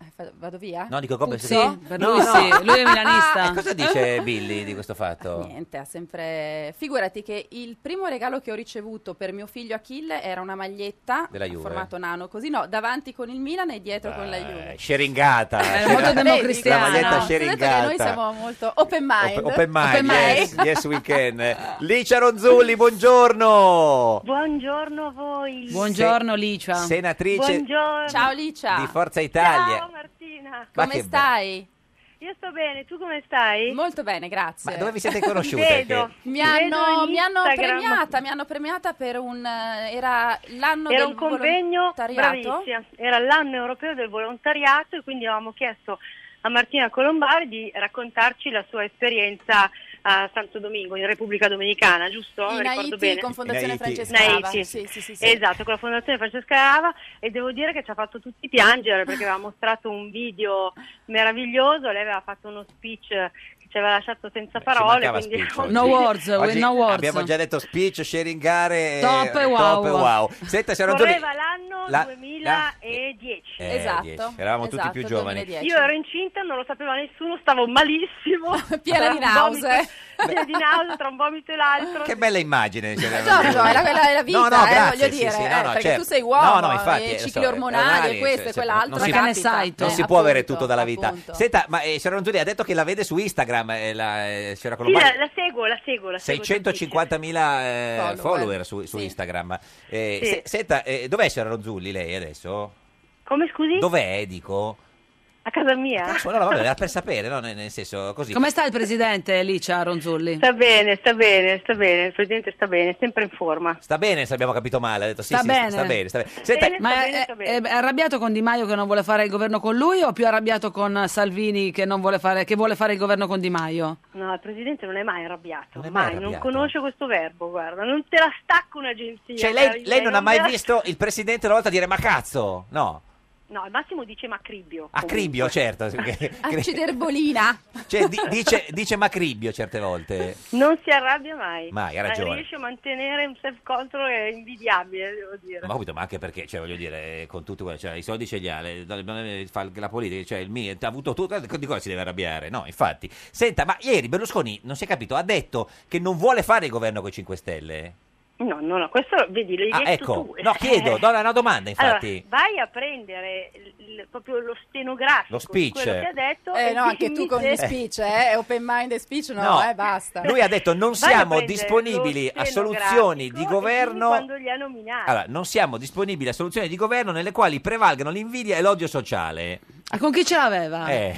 fa- vado via? No, dico come Sì, per lui sì, lui è milanista. E cosa dice Billy di questo fatto? Niente, ha sempre... Figurati che il primo regalo che ho ricevuto per mio figlio Achille era una maglietta Della a Juve. formato nano, così no, davanti con il Milan e dietro con la Juve. Sceringata. È molto democristiana. La maglietta No, ti ho detto sceringata. che noi siamo molto open mind. Open, open mind, yes, yes we can. Licia Ronzulli, buongiorno. Buongiorno a voi. Buongiorno Licia. Senatrice Buongiorno. Ciao Licia. di Forza Italia. Ciao Martina. Ma Come che stai? Io sto bene, tu come stai? Molto bene, grazie. Ma dove vi siete conosciute? Vedo. Che- Mi Vedo hanno, in mi hanno Instagram. premiata, mi hanno premiata per un eh, era l'anno Era del un convegno, volontariato. bravissima, era l'anno europeo del volontariato e quindi avevamo chiesto a Martina Colombari di raccontarci la sua esperienza a Santo Domingo, in Repubblica Dominicana, giusto? In Mi ricordo Haiti bene. con Fondazione In Haiti. Francesca In Rava. Haiti. Sì, sì, sì, sì. Esatto, con la Fondazione Francesca Rava, e devo dire che ci ha fatto tutti piangere perché aveva mostrato un video meraviglioso, lei aveva fatto uno speech che ci aveva lasciato senza Ci parole. mancava Quindi... speech oggi. No words, with Oggi no words. abbiamo già detto speech, sharingare, Top e wow. top e wow. Senta, signora Ronzulli, Correva l'anno la- duemiladieci. Eh, Esatto, dieci. Eravamo tutti esatto, più giovani. duemiladieci. Io ero incinta, non lo sapeva nessuno, stavo malissimo. Piena di Tra un nausea. vomito- Piena di nausea tra un vomito e l'altro. Che bella immagine. signora Giorgio, Ronzulli. è la, è la- è la vita, No, no, eh, grazie, voglio sì, dire, sì, no, eh, no, perché certo. tu sei uomo, No, no, infatti, eh, lo cicli so, ormonali, ormonali, questo cioè, e quell'altro. non Ma si- che ne capita. sai tu? Non Eh, si può avere appunto, tutto dalla vita. appunto. Senta, ma eh, signora Ronzulli ha detto che la vede su Instagram, eh, la eh, signora Sì, Colombari. la, la seguo, la seguo, la seguo seicentocinquantamila eh, Follower. follower su, su Sì. Instagram. Eh, Sì. se- senta, eh, dov'è signora Ronzulli lei adesso? Come scusi? Dov'è, dico? A casa mia. Ah, no, no, vabbè, era per sapere, no? nel, nel senso così. Come sta il presidente Licia Ronzulli? Sta bene, sta bene, sta bene, il presidente sta bene, è sempre in forma. Sta bene, se abbiamo capito male. Ha detto sì, Sta sì, bene. sta bene, sta bene. Senta, Bene. Ma sta è, bene, sta bene. è- è arrabbiato con Di Maio che non vuole fare il governo con lui o più arrabbiato con Salvini che, non vuole fare, che vuole fare il governo con Di Maio? No, il presidente non è mai arrabbiato, Non è mai mai, non arrabbiato. conosce questo verbo, guarda, non te la stacca un'agenzia. cioè, lei, Lei lei non ha mai te la- visto il presidente una volta dire ma cazzo? No. No, al massimo dice macribbio. Acribbio, certo. Acciderbolina. Cioè, di- dice, dice macribbio certe volte. Non si arrabbia mai. Mai, ha Eh, ragione. Riesce a mantenere un self-control invidiabile, devo dire. Ma capito, ma anche perché, cioè, voglio dire, con tutto quello, cioè, i soldi ce li ha, le- le- fa la politica, cioè, il M I ha avuto tutto, di cosa si deve arrabbiare? No, infatti. Senta, ma ieri Berlusconi, non si è capito, ha detto che non vuole fare il governo con i cinque Stelle? No, no, no, questo vedi, l'hai Ah, detto ecco, tu. no, chiedo, Eh. do una domanda, infatti. Allora, vai a prendere il- il- proprio lo stenografico Lo di speech. quello che ha detto. Eh e no, anche tu mi con se- gli speech, eh, open mind e speech no, No. eh, basta. Lui ha detto non Vai a siamo prendere disponibili lo a soluzioni di stenografico e governo. dimmi quando li ha nominati. Allora, non siamo disponibili a soluzioni di governo nelle quali prevalgano l'invidia e l'odio sociale. Ah, con chi ce l'aveva? Eh,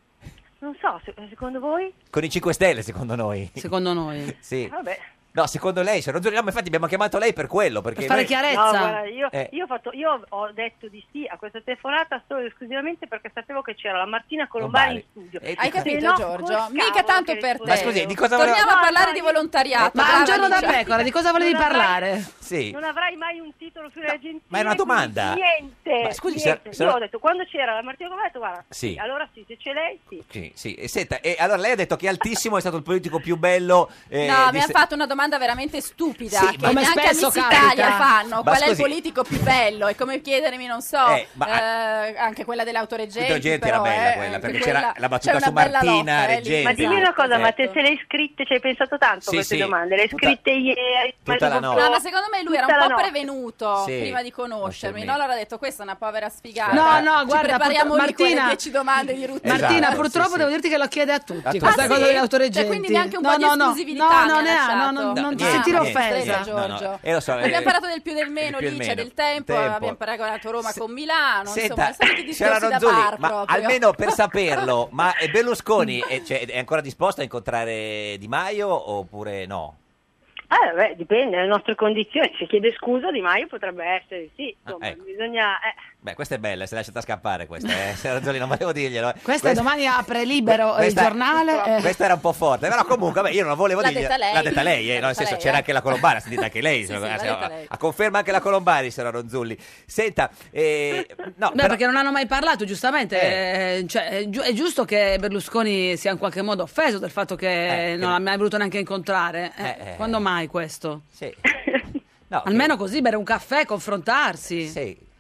Non so, se- secondo voi? con i cinque Stelle, secondo noi. Secondo noi. Sì. Vabbè. No, secondo lei, signor Ronzulli, no, ma infatti abbiamo chiamato lei per quello, perché Per fare noi- chiarezza. No, guarda, io, Eh. io ho fatto- io ho detto di sì a questa telefonata solo ed esclusivamente perché sapevo che c'era la Martina Colombari in studio. E- Hai e- capito, Se no, Giorgio? col Mica cavolo tanto che per rispondevo. te. Ma scusi, di cosa Torniamo voleva- a parlare No, di io- volontariato. Ma brava un giorno da Licia. pecora, di cosa volevi Non avrai- parlare? Sì. Non avrai mai un titolo sulle agenzie. ma è una quindi domanda. Niente. Ma scusi, niente. se- se- Io ho detto, quando c'era la Martina Colombari, ho detto, guarda, Sì. allora sì, se c'è lei, sì. Sì, sì. E senta, e allora lei ha detto che Altissimo è stato il politico più bello. eh, No, di mi ha se- fatto una domanda veramente stupida Sì, che ma- Come neanche a spesso Miss capita. Italia fanno. Ma Qual è il scusi- politico più bello? È come chiedermi, non so, Eh, ma- eh, anche quella dell'autoreggenti. L'autoreggenti però, era bella eh, quella, anche perché c'era quella- la battuta c'è una su bella Martina lotta, eh, lì. Reggenti. Ma dimmi una cosa, ma te Certo. se le hai scritte, ci hai pensato tanto Sì, queste sì. domande? Le hai Tutta- scritte ieri? tutta la notte. No, ma secondo me lui era Tutta un la po' notte. prevenuto Sì, prima di conoscermi, lasciami. no? Allora ha detto questa è una povera sfigata. No, no, Ci guarda, prepariamo purtro- lì quelle Martina- dieci domande di routine. Esatto, Martina, sì, purtroppo sì. devo dirti che lo chiede a tutti, A tutti. questa Ah, cosa sì? degli autoreggenti. Cioè, quindi neanche un no, po' di no, no. esclusività No, mi non ha ne ha, no, lasciato. non, non ti niente, sentire niente. offesa. Prego, No, no, Giorgio. eh, lo so, eh, Abbiamo parlato del più del meno, del più del Licia, meno. del tempo, Tempo. abbiamo paragonato Roma con Milano, Senta, insomma, sono tutti signora discorsi da Ronzulli, bar ma proprio. almeno per saperlo, ma eh, Berlusconi è, cioè, è ancora disposto a incontrare Di Maio oppure no? Eh, beh, dipende dalle nostre condizioni. Se chiede scusa Di Maio potrebbe essere sì, insomma, Ah, ecco. bisogna... eh. Beh, questa è bella, si è lasciata scappare questa, eh. Signora Ronzulli, non volevo dirglielo. eh. Questa domani apre Libero il questa- giornale. eh. Questa era un po' forte, però comunque vabbè, io non volevo L'ha dirglielo. detta lei. L'ha detta lei, eh, no, L'ha nel detta senso lei, c'era eh. anche la Colombari, ha sentito anche lei, Sì, sì, insomma, l'ha detta lei. a conferma anche la Colombari, signora Ronzulli. Senta, eh, no, No, però- perché non hanno mai parlato, giustamente. eh, cioè, è, giu- è giusto che Berlusconi sia in qualche modo offeso del fatto che Eh, non che- l'ha mai voluto neanche incontrare. Eh, Eh, eh. Quando mai questo? Sì. No, Almeno così bere un caffè, confrontarsi. Sì.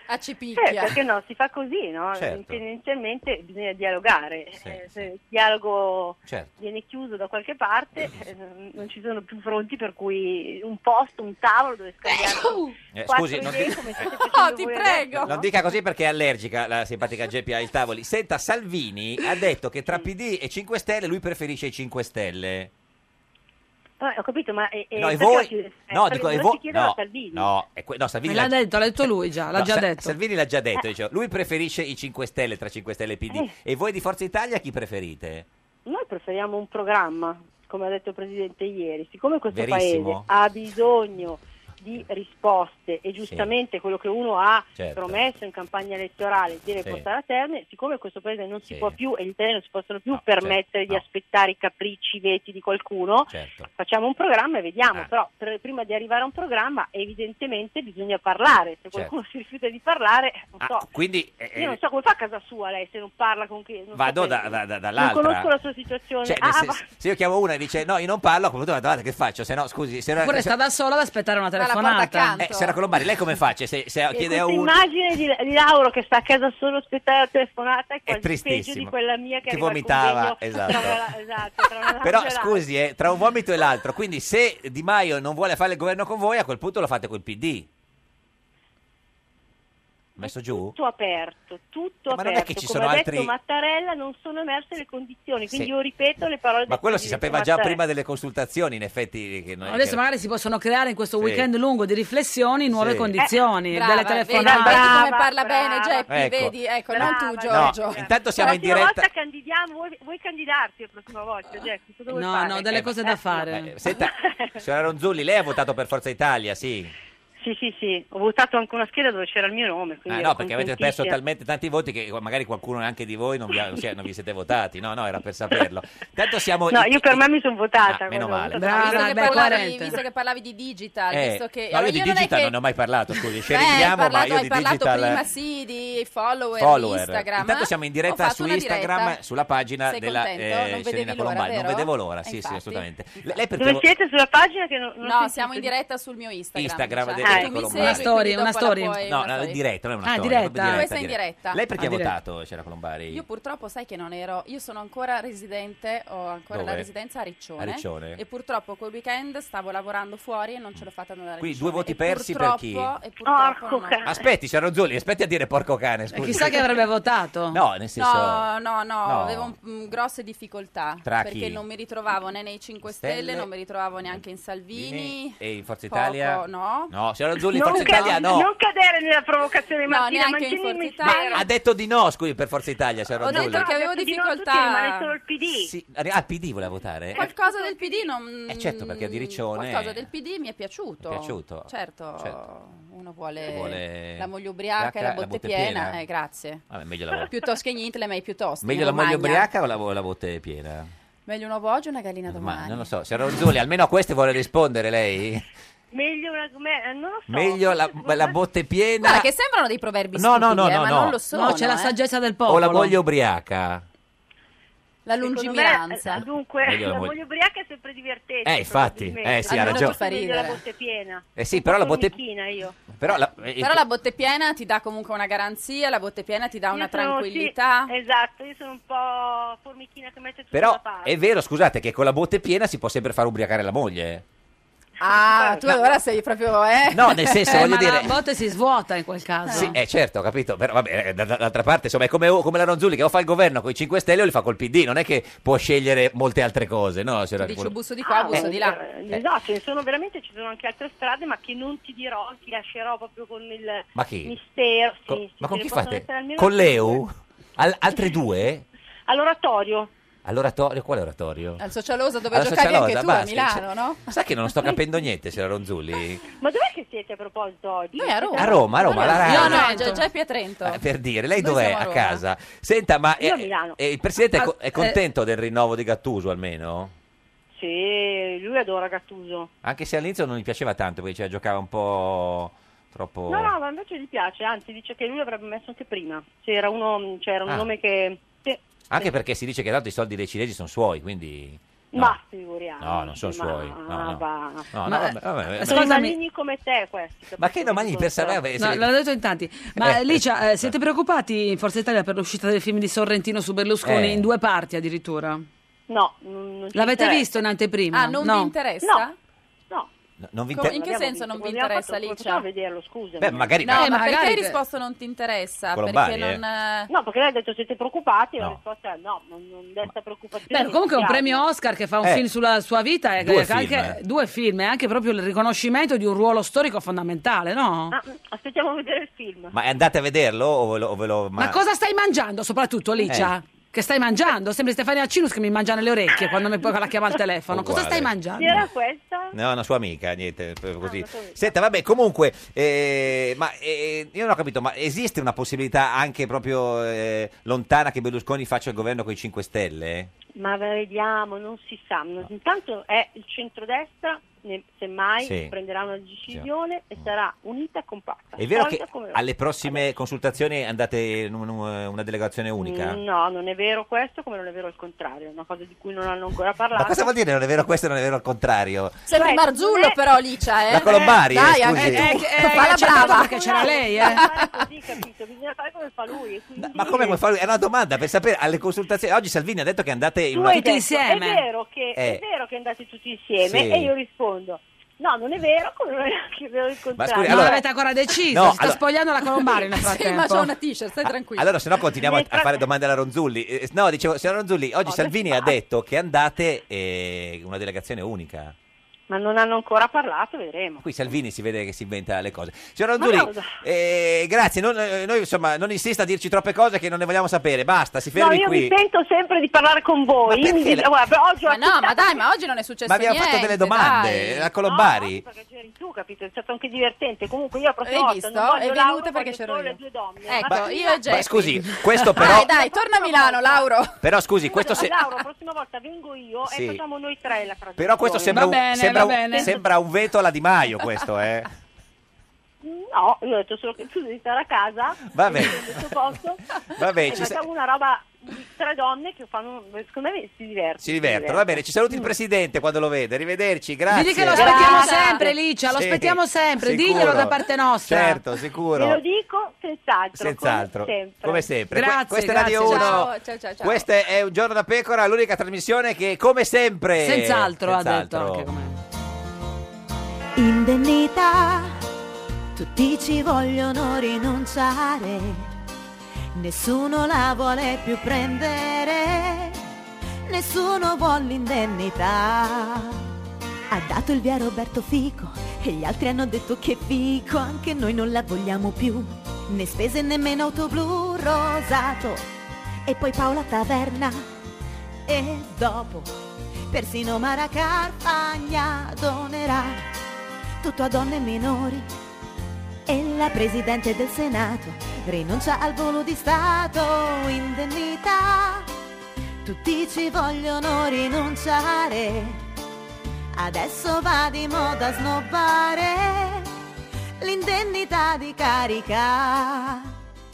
A Sì, cipicchia. perché no, si fa così, no? Certo. Tendenzialmente bisogna dialogare. Sì, Eh, sì. se il dialogo Certo. viene chiuso da qualche parte, eh, non ci sono più fronti per cui un posto, un tavolo dove scambiare Eh, quattro scusi, non idee ti- come state Oh, facendo ti voi prego. adesso, Non no? dica così perché è allergica la simpatica Geppi ai tavoli. Senta, Salvini ha detto che tra P D e cinque Stelle lui preferisce i cinque Stelle. Eh, ho capito, ma eh, No, e perché voi? oggi- eh, No, perché dico, e dovresti voi? chiedere a No, Salvini. no, è que- no, Salvini Me l'ha l'ha- detto, l'ha detto lui già, l'ha no, già Sa- detto. Salvini l'ha già detto, dice, lui preferisce i cinque Stelle tra cinque Stelle e P D. Eh. E voi di Forza Italia chi preferite? Noi preferiamo un programma, come ha detto il Presidente ieri. Siccome questo Verissimo. Paese ha bisogno di risposte e giustamente quello che uno ha Certo. promesso in campagna elettorale deve Sì. portare a termine, siccome questo Paese non si Sì. può più e gli italiani non si possono più No, permettere certo, di no. aspettare i capricci, i veti di qualcuno, Certo. facciamo un programma e vediamo, Ah. però per- prima di arrivare a un programma evidentemente bisogna parlare, se qualcuno si rifiuta di parlare, non so. Ah, quindi eh, Io non so come fa a casa sua lei se non parla con chi. Non vado so da- se- da- da- Non dall'altra. conosco la sua situazione. Cioè, nel Ah, senso, va- se io chiamo una e dice no, io non parlo, a quel punto guarda che faccio, se no scusi, se no, Oppure se- sta da sola ad aspettare una porta telefonata. accanto. eh, signora Colombari, lei come faccia? Se, se E chiede a questa uno immagine di, di Lauro che sta a casa solo a aspettare la telefonata è quasi peggio tristissimo. di quella mia che, Che arriva al vomitava, convegno esatto. tra una- esatto, tra una Però lancia e scusi, eh, tra un vomito e l'altro, quindi se Di Maio non vuole fare il governo con voi, a quel punto lo fate col P D. Messo giù? tutto aperto, tutto Eh, ma non è aperto. che ci Come sono ha altri- detto Mattarella, non sono emerse le condizioni, quindi Sì. io ripeto le parole Ma del quello si Presidente sapeva già Mattarella. prima delle consultazioni, in effetti. Che non è Adesso che- magari si possono creare in questo Sì. weekend lungo di riflessioni nuove Sì. condizioni, Eh, brava, delle vedi, telefonate. vedi come Brava, parla brava. bene Geppi, Ecco. vedi? Ecco, non tu Brava, Giorgio. No, intanto siamo la in prossima diretta. volta candidiamo, vuoi, vuoi candidarti la prossima volta, Jackie? Cosa vuoi No, fare? no, delle cose da fare. Eh, senta, signora Ronzulli, lei ha votato per Forza Italia, sì. Sì, sì, sì, ho votato anche una scheda dove c'era il mio nome. Ah, quindi no, ero perché avete perso contentissima. talmente tanti voti che magari qualcuno anche di voi non vi, ha- non si- non vi siete votati. No, no, era per saperlo. Intanto siamo No, in- io per me mi sono votata. Ah, meno quando ho male. votato. Brava, Visto che, beh, parlavi, coerente. visto che parlavi di digital, Eh, visto che no, io di non è digital che- non ne ho mai parlato, scusi, ci Eh, hai ridiamo, ma parlato, io hai di parlato digital prima sì di follower, follower. di Instagram. Intanto siamo in Ho diretta fatto su una Instagram, diretta. sulla pagina Sei della contento? eh, Non Serena vedevi l'ora, Colombari. Non vero? vedevo l'ora, Eh, sì, sì, infatti. assolutamente. Le- Lei perché Dove siete sulla pagina che non, non ho No, sentito? siamo in diretta sul mio Instagram. Instagram diciamo. di Tu Serena mi Colombari. segui, Una story, quindi una dopo la story. puoi- No, una no, story. diretta, non è una Ah, storia. diretta. proprio Questa è in diretta. Lei perché Ah, ha diretta. votato, Serena Colombari? Io purtroppo sai che non ero, io sono ancora residente, ho ancora Dove? la residenza a Riccione, A Riccione. e purtroppo quel weekend stavo lavorando fuori e non ce l'ho fatta andare a Quindi Riccione. due voti E persi per chi? purtroppo- E purtroppo Porco non ho- cane. Aspetti, signora Ronzulli, aspetti a dire porco cane, E scusi. chissà che avrebbe votato. No, nel senso... No, no, no, No. avevo un- mm, grosse difficoltà Tra perché chi? non mi ritrovavo né nei cinque Stelle, Stelle, non mi ritrovavo neanche in Salvini. E in Forza Poco, Italia? no. No, signora Ronzulli, Non, Forza ca- Italia no. non cadere nella provocazione No, Martina, neanche in mantieni il Forza mistero. Italia. Ha detto di no, scusi, per Forza Italia, signora Ho Ronzulli. detto che avevo Detto di no a tutti, difficoltà. rimane solo il P D. Sì, ah, il P D voleva votare? Qualcosa del P D non... Eh, certo, perché a di Riccione- Qualcosa del P D mi è piaciuto. Mi è piaciuto. Certo, Certo. uno vuole, Vuole la moglie ubriaca e la la botte, botte piena. piena. Eh, grazie. Vabbè, meglio la, Piuttosto che niente, ma è piuttosto. meglio la uno moglie magna. ubriaca o la, o la botte piena? Meglio un uovo oggi e una gallina Ma domani. non lo so, signora Ronzulli, almeno a queste vuole rispondere lei? Meglio una, me- non lo so. Meglio la, la botte piena Guarda che sembrano dei proverbi No, no, stupidi, no, eh, no, ma no. non lo sono. No, c'è la eh. saggezza del o popolo. la moglie ubriaca? La Secondo lungimiranza. me, eh, dunque, Meglio la la moglie- moglie ubriaca è sempre divertente. Eh, infatti, probabilmente. eh, sì, ha Almeno ragione. ti fa ridere. Meglio La la botte piena. Eh sì, però la botte Formichina io. Però la, eh, Però la botte piena ti dà comunque una garanzia, la botte piena ti dà Io una sono- tranquillità. sì, esatto, io sono un po' formichina che mette tutto però da parte. è vero, scusate, che con la botte piena si può sempre far ubriacare la moglie. Ah, tu allora sei proprio, eh? No, nel senso, Eh, voglio ma dire... la botte si svuota in quel caso. Sì, eh, certo, ho capito, però vabbè, eh, da- dall'altra parte, insomma, è come, come la Ronzulli che o fa il governo con i cinque Stelle o li fa col P D, non è che può scegliere molte altre cose, no? signora- Dici un busso di qua, Ah, busso eh, di là. eh, Esatto, ce ne sono veramente, ci sono anche altre strade, ma che non ti dirò, ti lascerò proprio con il Ma chi? mistero. Sì, Co- sì, ma con ce chi ne possono fate? essere almeno Con altre l'E U? due. Al- altre due? All'oratorio. All'oratorio? Quale oratorio? Al Socialosa dove Alla giocavi anche Socialosa, tu a basta, Milano, cioè- no? Sa che non sto capendo niente, signora Ronzulli? Ma dov'è che siete a proposito oggi? Noi a Roma. A Roma, a Roma, alla Rai. No, no, Trento. Ge- Geppi a Trento. Eh, per dire, lei Noi dov'è? siamo a A Roma. casa? Senta, ma Io a eh, Milano. eh, il Presidente è, co- è Ah, contento del rinnovo di Gattuso almeno? Sì, lui adora Gattuso. Anche se all'inizio non gli piaceva tanto, perché cioè, giocava un po' troppo... No, no, ma invece gli piace, anzi dice che lui l'avrebbe messo anche prima. C'era uno, c'era un Ah. nome che... sì. Anche perché si dice che tanto i soldi dei cinesi sono suoi, quindi... Ma figuriamo. No, non sono suoi. No, no. va. No, no, Ma- vabbè, vabbè, vabbè. Sono i maligni come te questi. Ma che domani per sapere? No, l'hanno detto in tanti. Ma Eh. Licia, eh, siete preoccupati in Forza Italia per l'uscita del film di Sorrentino su Berlusconi Eh. in due parti addirittura? No, non, non ci L'avete interessa. visto in anteprima? Ah, non no. vi interessa? No. No. No, non vi Co- inter- in che senso non vi Abbiamo interessa, fatto- Licia? possiamo vederlo, scusa. Beh, magari No, no. ma magari perché hai che- risposto non ti interessa? Colombari, Perché eh. non... eh, No, perché lei ha detto siete preoccupati, No. la risposta è no, non, non desta preoccupazione. Beh, comunque è un premio Oscar che fa un Eh. film sulla sua vita e Due che anche film, eh. due film e anche proprio il riconoscimento di un ruolo storico fondamentale, no? Ah, aspettiamo a vedere il film. Ma andate a vederlo o ve lo... o ve lo- Ma cosa stai mangiando soprattutto, Licia? Eh. Che stai mangiando? Sembri Stefania Cinus che mi mangia nelle orecchie quando mi poi la chiama al telefono. Cosa Uguale. stai mangiando? Chi era questa? No, una sua amica, niente, proprio così. una sua amica. Senta, vabbè, comunque, eh, ma eh, io non ho capito, ma esiste una possibilità anche proprio eh, lontana che Berlusconi faccia il governo con i cinque Stelle? Ma vediamo, non si sa. Intanto è il centrodestra, ne- semmai Sì. prenderà una decisione e sarà unita e compatta. È vero che Solida come- alle prossime consultazioni andate in un- una delegazione unica? Mm, No, non è vero questo, come non è vero il contrario, è una cosa di cui non hanno ancora parlato. Ma cosa vuol dire non è vero questo e non è vero il contrario? Sembri Cioè, Marzullo non è- però, Licia, eh? La Colombari, Dai, eh, anche scusi. tu. Eh, eh, Fa la c'è brava. dato perché c'era lei, eh? Bisogna fare così, capito? Bisogna fare come fa lui. e quindi- Ma come vuoi fare? È una domanda per sapere alle consultazioni. Oggi Salvini ha detto che andate in Tu una... hai Tutti detto, insieme. È vero, che, Eh. è vero che andate tutti insieme Sì. e io rispondo no, non è vero, come non è anche vero il contrario. scusi, Non allora- avete ancora deciso, No, si sta allora- spogliando la Colombari nel Sì, ma frattempo. c'ho una t-shirt, stai tranquillo. Allora, se no continuiamo a, Nel a fare frattempo- domande alla Ronzulli. Eh, no, dicevo, signora Ronzulli, oggi No, Salvini adesso ha basta. detto che andate eh, una delegazione unica. Ma non hanno ancora parlato, vedremo. Qui Salvini si vede che si inventa le cose. Signora Ronzulli, Ma no, eh, grazie. Non, eh, noi insomma non insista a dirci troppe cose che non ne vogliamo sapere. Basta, si No, fermi io qui. mi sento sempre di parlare con voi. Ma Mi- perché? guarda, oggi ho Ma no, ascoltato- ma dai, ma oggi non è successo Ma abbiamo niente. fatto delle domande. dai. La Colombari. No, perché c'eri tu, capito? È stato anche divertente. Comunque io la prossima Hai volta visto? non voglio È Laura, venuta perché voglio c'ero solo io. le due donne. Ecco, Martina- io e Geppi. Ma scusi, questo però... Dai, dai, torna a Milano, Lauro. Però scusi, questo se... Laura, la prossima volta vengo io Sì. e facciamo noi tre la trasmissione. Però questo sembra, Va un, bene, sembra, va un- bene. sembra un veto alla Di Maio, questo, eh. No, io ho detto solo che tu devi stare a casa. Vabbè. nel tuo posto, Vabbè, e ci sa- facciamo una roba di tre donne che fanno, secondo me si divertono. Si divertono, va bene. Ci saluti il Presidente quando lo vede. Arrivederci, grazie. Digli che lo aspettiamo Grazie. sempre, Licia, lo Sì, aspettiamo sempre, sicuro. diglielo da parte nostra. Certo, Ve sicuro. lo dico senz'altro. Senz'altro, Come sempre. come sempre. Que- Grazie, Questa è grazie, Radio uno. ciao, ciao, ciao, ciao. Questo è Un Giorno da Pecora, l'unica trasmissione che, come sempre, Senz'altro, ha senz'altro. detto anche come. Indennità, tutti ci vogliono rinunciare, nessuno la vuole più prendere, nessuno vuole l'indennità. Ha dato il via Roberto Fico e gli altri hanno detto che fico, anche noi non la vogliamo più, né spese nemmeno auto blu rosato, e poi Paola Taverna, e dopo persino Mara Carfagna donerà tutto a donne minori, e la Presidente del Senato rinuncia al volo di Stato. Indennità, tutti ci vogliono rinunciare, adesso va di moda snobbare l'indennità di carica.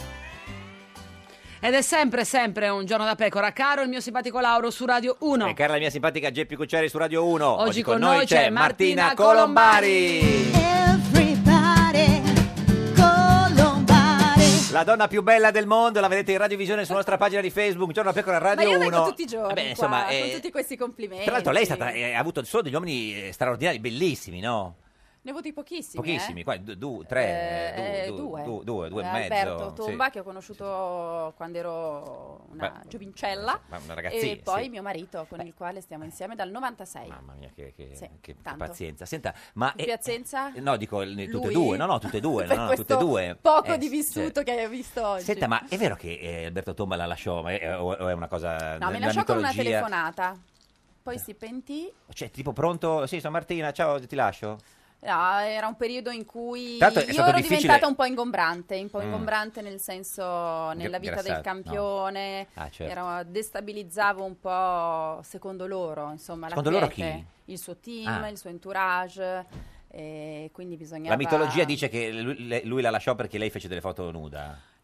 Ed è sempre, sempre Un Giorno da Pecora. Caro il mio simpatico Lauro su Radio uno. E cara la mia simpatica Geppi Cucciari su Radio uno. Oggi con noi c'è Martina Colombari. Everybody, Colombari. La donna più bella del mondo, la vedete in radiovisione sulla nostra pagina di Facebook, Un Giorno da Pecora Ma Radio io uno. vengo tutti i giorni Vabbè, qua, insomma, con eh, tutti questi complimenti. tra l'altro lei è stata, eh, ha avuto solo degli uomini eh, straordinari, bellissimi, no? Ne ho avuti pochissimi. Pochissimi, eh. qua, du- du- tre, Eh, du- du- due. du- due, due e Eh, mezzo. Alberto sì. Tomba, che ho conosciuto quando ero una Beh, giovincella, ma una ragazzina, e poi sì. mio marito, con il quale stiamo insieme dal novantasei. Mamma mia, che, che- Sì, che- che tanto. pazienza. Senta, ma... Che pazienza? eh, no, dico, eh, tutte e Lui? due, no, no, tutte e due, no, Per no, tutte e questo due. poco Eh, di sì, vissuto che hai visto oggi. Senta, ma è vero che eh, Alberto Tomba la lasciò, ma è- o o è una cosa No, mi della lasciò con una mitologia? telefonata. Poi si pentì. Cioè, tipo pronto? Sì, sono Martina, ciao, ti lascio. No, era un periodo in cui Tanto è io stato ero difficile- diventata un po' ingombrante, un po' Mm. ingombrante nel senso nella vita del Ingrassata, campione, no. Ah, certo. era- destabilizzavo un po' secondo loro, insomma, Secondo la loro quiete, chi? il suo team, Ah. il suo entourage, e quindi bisognava... La mitologia dice che lui, le- lui la lasciò perché lei fece delle foto nuda.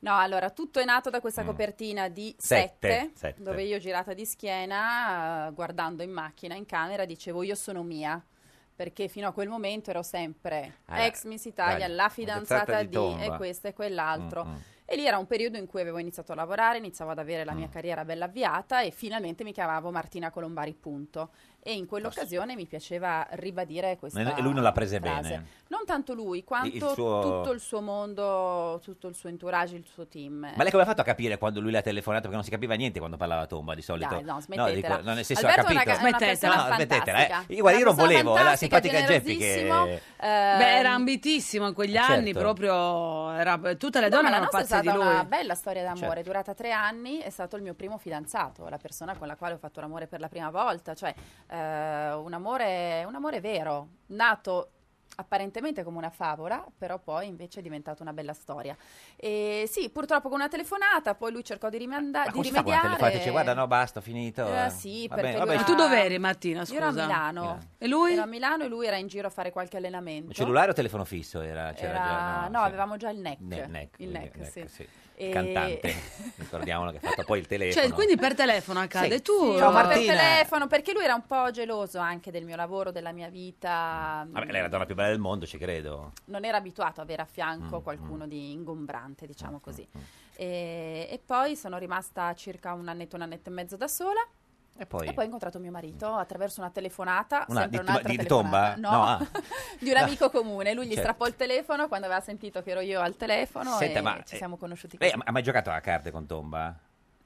No, allora, tutto è nato da questa copertina di Sette, Sette, Sette. dove io girata di schiena, eh, guardando in macchina, in camera, dicevo io sono mia, perché fino a quel momento ero sempre Ah, ex Miss Italia, dai, la fidanzata di di, Tomba. e questo e quell'altro. Mm, mm. E lì era un periodo in cui avevo iniziato a lavorare, iniziavo ad avere la mia Mm. carriera bella avviata e finalmente mi chiamavo Martina Colombari, punto. E in quell'occasione mi piaceva ribadire questa E lui non l'ha prese frase. bene. Non tanto lui, quanto Il suo- tutto il suo mondo, tutto il suo entourage, il suo team. Ma lei come ha fatto a capire quando lui le ha telefonato? Perché non si capiva niente quando parlava a Tomba di solito. Dai, no, smettetela. dico, no, nel senso, Alberto ha è una capito. ca- è una persona No, smettetela, fantastica. eh. Io, guarda, io non Una persona volevo, è la fantastica, simpatica Geppi che... generosissimo. Beh, era ambitissimo in quegli Eh, anni, certo. proprio era, tutte le No, donne ma la erano nostra è pazze di stata lui. una bella storia d'amore, Certo. è durata tre anni, è stato il mio primo fidanzato, la persona con la quale ho fatto l'amore per la prima volta, cioè eh, un amore, un amore vero, nato apparentemente come una favola, però poi invece è diventata una bella storia. E sì, purtroppo con una telefonata, poi lui cercò di, rimanda- Ma di come si fa con una rimediare. telefonata? Dice, guarda, no, basta, ho finito. Eh, eh. sì, Vabbè, perché vabbè, lui Ma era- tu dov'eri, Martina, Io scusa? ero a Milano. E lui? Ero a Milano e lui era in giro a fare qualche allenamento. Il cellulare o telefono fisso? Era, c'era Era- già, no, sì. avevamo già il N E C. Ne- N E C, il quindi N E C, N E C, sì. sì. E- Cantante, ricordiamolo che ha fatto poi il telefono. Cioè, quindi per telefono accade. Sì. Tu, Sì, Ciao, ma per Martina. telefono, perché lui era un po' geloso anche del mio lavoro, della mia vita. Vabbè, lei è la donna più bella del mondo, ci credo. Non era abituato ad avere a fianco Mm, qualcuno di ingombrante, diciamo così. E, e poi sono rimasta circa un annetto, un annetto e mezzo da sola. E poi? E poi ho incontrato mio marito attraverso una telefonata, Una- sempre di- un'altra di- di telefonata. Tomba? No, No, ah. di un amico comune. Lui gli Certo. strappò il telefono quando aveva sentito che ero io al telefono Senta, e ma, ci eh, siamo conosciuti Lei così. ha ha mai giocato a carte con Tomba?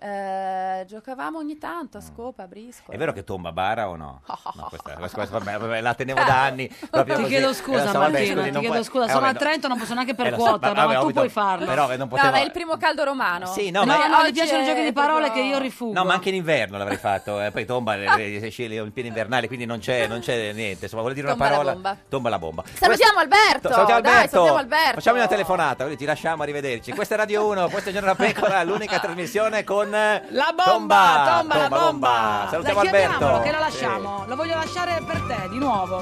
Eh, giocavamo ogni tanto a scopa, a briscola. È vero che Tomba bara o no? No, questa, questa- questa- vabbè, vabbè, la tenevo da anni. proprio Ti così. chiedo Eh, scusa, lo so, vabbè, Martina, scusi, ti non chiedo puoi- scusa, eh, sono vabbè, a Trento, non posso neanche per eh, lo so, quota, vabbè, no, ma ho tu capito. puoi farlo. Però non No, potevo... ma è il primo caldo romano. Sì, no, No, ma- no, Oggi mi piacciono i è giochi di parole proprio- che io rifugo. No, ma anche in inverno l'avrei fatto. eh, Poi Tomba le- le- sceglie il pieno invernale, quindi non c'è, non c'è niente. Insomma, vuole dire una Tomba la parola. bomba. Tomba la bomba. Salutiamo Alberto! Salutiamo Dai, Alberto. salutiamo Alberto! Facciamo una telefonata, quindi ti lasciamo, arrivederci. Questa è Radio uno, questo è Giorno da Pecora, l'unica trasmissione con La bomba, Tomba, tomba, la bomba. Salutiamo Dai, chiamiamolo, Alberto. che lo lasciamo. Lo voglio lasciare per te, di nuovo.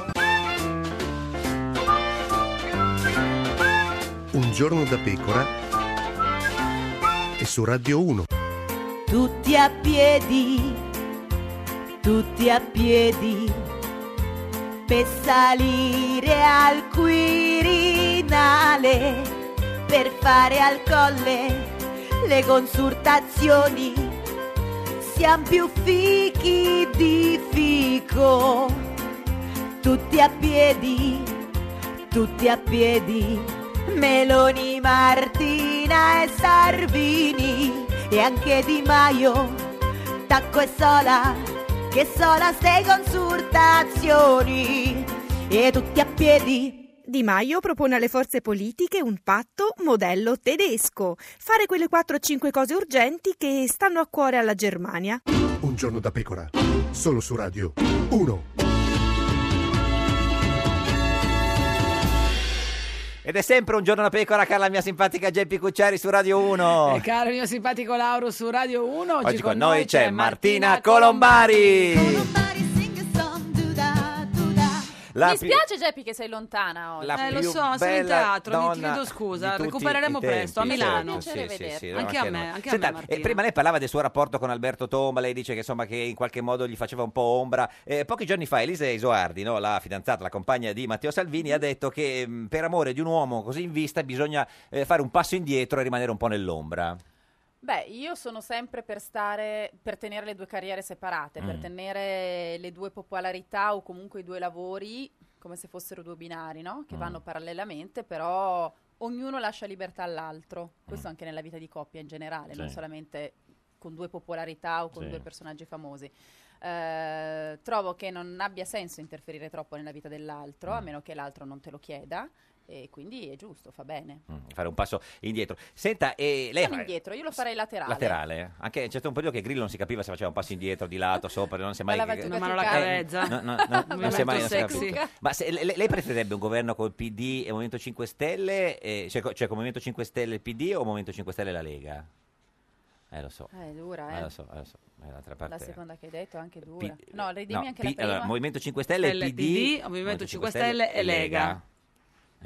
Un giorno da pecora e su Radio uno. Tutti a piedi, tutti a piedi, per salire al Quirinale, per fare al colle le consultazioni, siamo più fichi di fico. Tutti a piedi, tutti a piedi, Meloni, Martina e Salvini e anche Di Maio, Tacco e Sola, che sola ste consultazioni, e tutti a piedi. Di Maio propone alle forze politiche un patto modello tedesco, fare quelle quattro o cinque cose urgenti che stanno a cuore alla Germania. Un giorno da pecora, solo su Radio uno. Ed è sempre un giorno da pecora, cara la mia simpatica Geppi Cucciari su Radio uno. E caro il mio simpatico Lauro su Radio uno. Oggi, Oggi con noi c'è Martina Colombari. La Mi più- spiace Geppi che sei lontana oggi. La Eh, lo più so, sono in bella teatro, mi donna chiedo scusa, di tutti recupereremo i tempi, presto a Milano. certo, sì, sì, sì, no, Anche a me, noi. anche a Senta, me, Martina. eh, prima lei parlava del suo rapporto con Alberto Tomba, lei dice che insomma che in qualche modo gli faceva un po' ombra. Eh, pochi giorni fa Elisa Isoardi, no, la fidanzata, la compagna di Matteo Salvini, ha detto che mh, per amore di un uomo così in vista bisogna eh, fare un passo indietro e rimanere un po' nell'ombra. Beh, io sono sempre per stare, per tenere le due carriere separate, per Mm. tenere le due popolarità o comunque i due lavori come se fossero due binari, no? Che Mm. vanno parallelamente, però ognuno lascia libertà all'altro. Questo anche nella vita di coppia in generale, non Sì. solamente con due popolarità o con Sì. due personaggi famosi. Eh, trovo che non abbia senso interferire troppo nella vita dell'altro, a meno che l'altro non te lo chieda, e quindi è giusto, fa bene. Mm, fare un passo indietro. Senta, e lei Non fa- indietro, io lo farei laterale. laterale? Anche c'è stato un periodo che Grillo non si capiva se faceva un passo indietro, di lato, sopra, non si è mai... Balla Valtuca Una mano alla Tucca. cavezza. No, no, no, Un non si è mai non si è momento sexy. capito. Ma se, le- lei preferirebbe un governo col P D e Movimento cinque Stelle, eh, cioè, co- cioè con Movimento cinque Stelle il P D o Movimento cinque Stelle e la Lega? Eh, lo so. Eh, è dura, Eh, eh. lo so, eh, lo so. Eh, d'altra parte... La seconda che hai detto è anche dura. P- no, ridimmi no, anche P- la prima. allora, Movimento cinque Stelle e Stelle, P D, P D, Movimento cinque Stelle e Lega.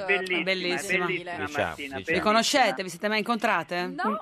è bellissima, bellissima. è bellissima Diciamo, Martina, diciamo. Le conoscete? Vi siete mai incontrate? No.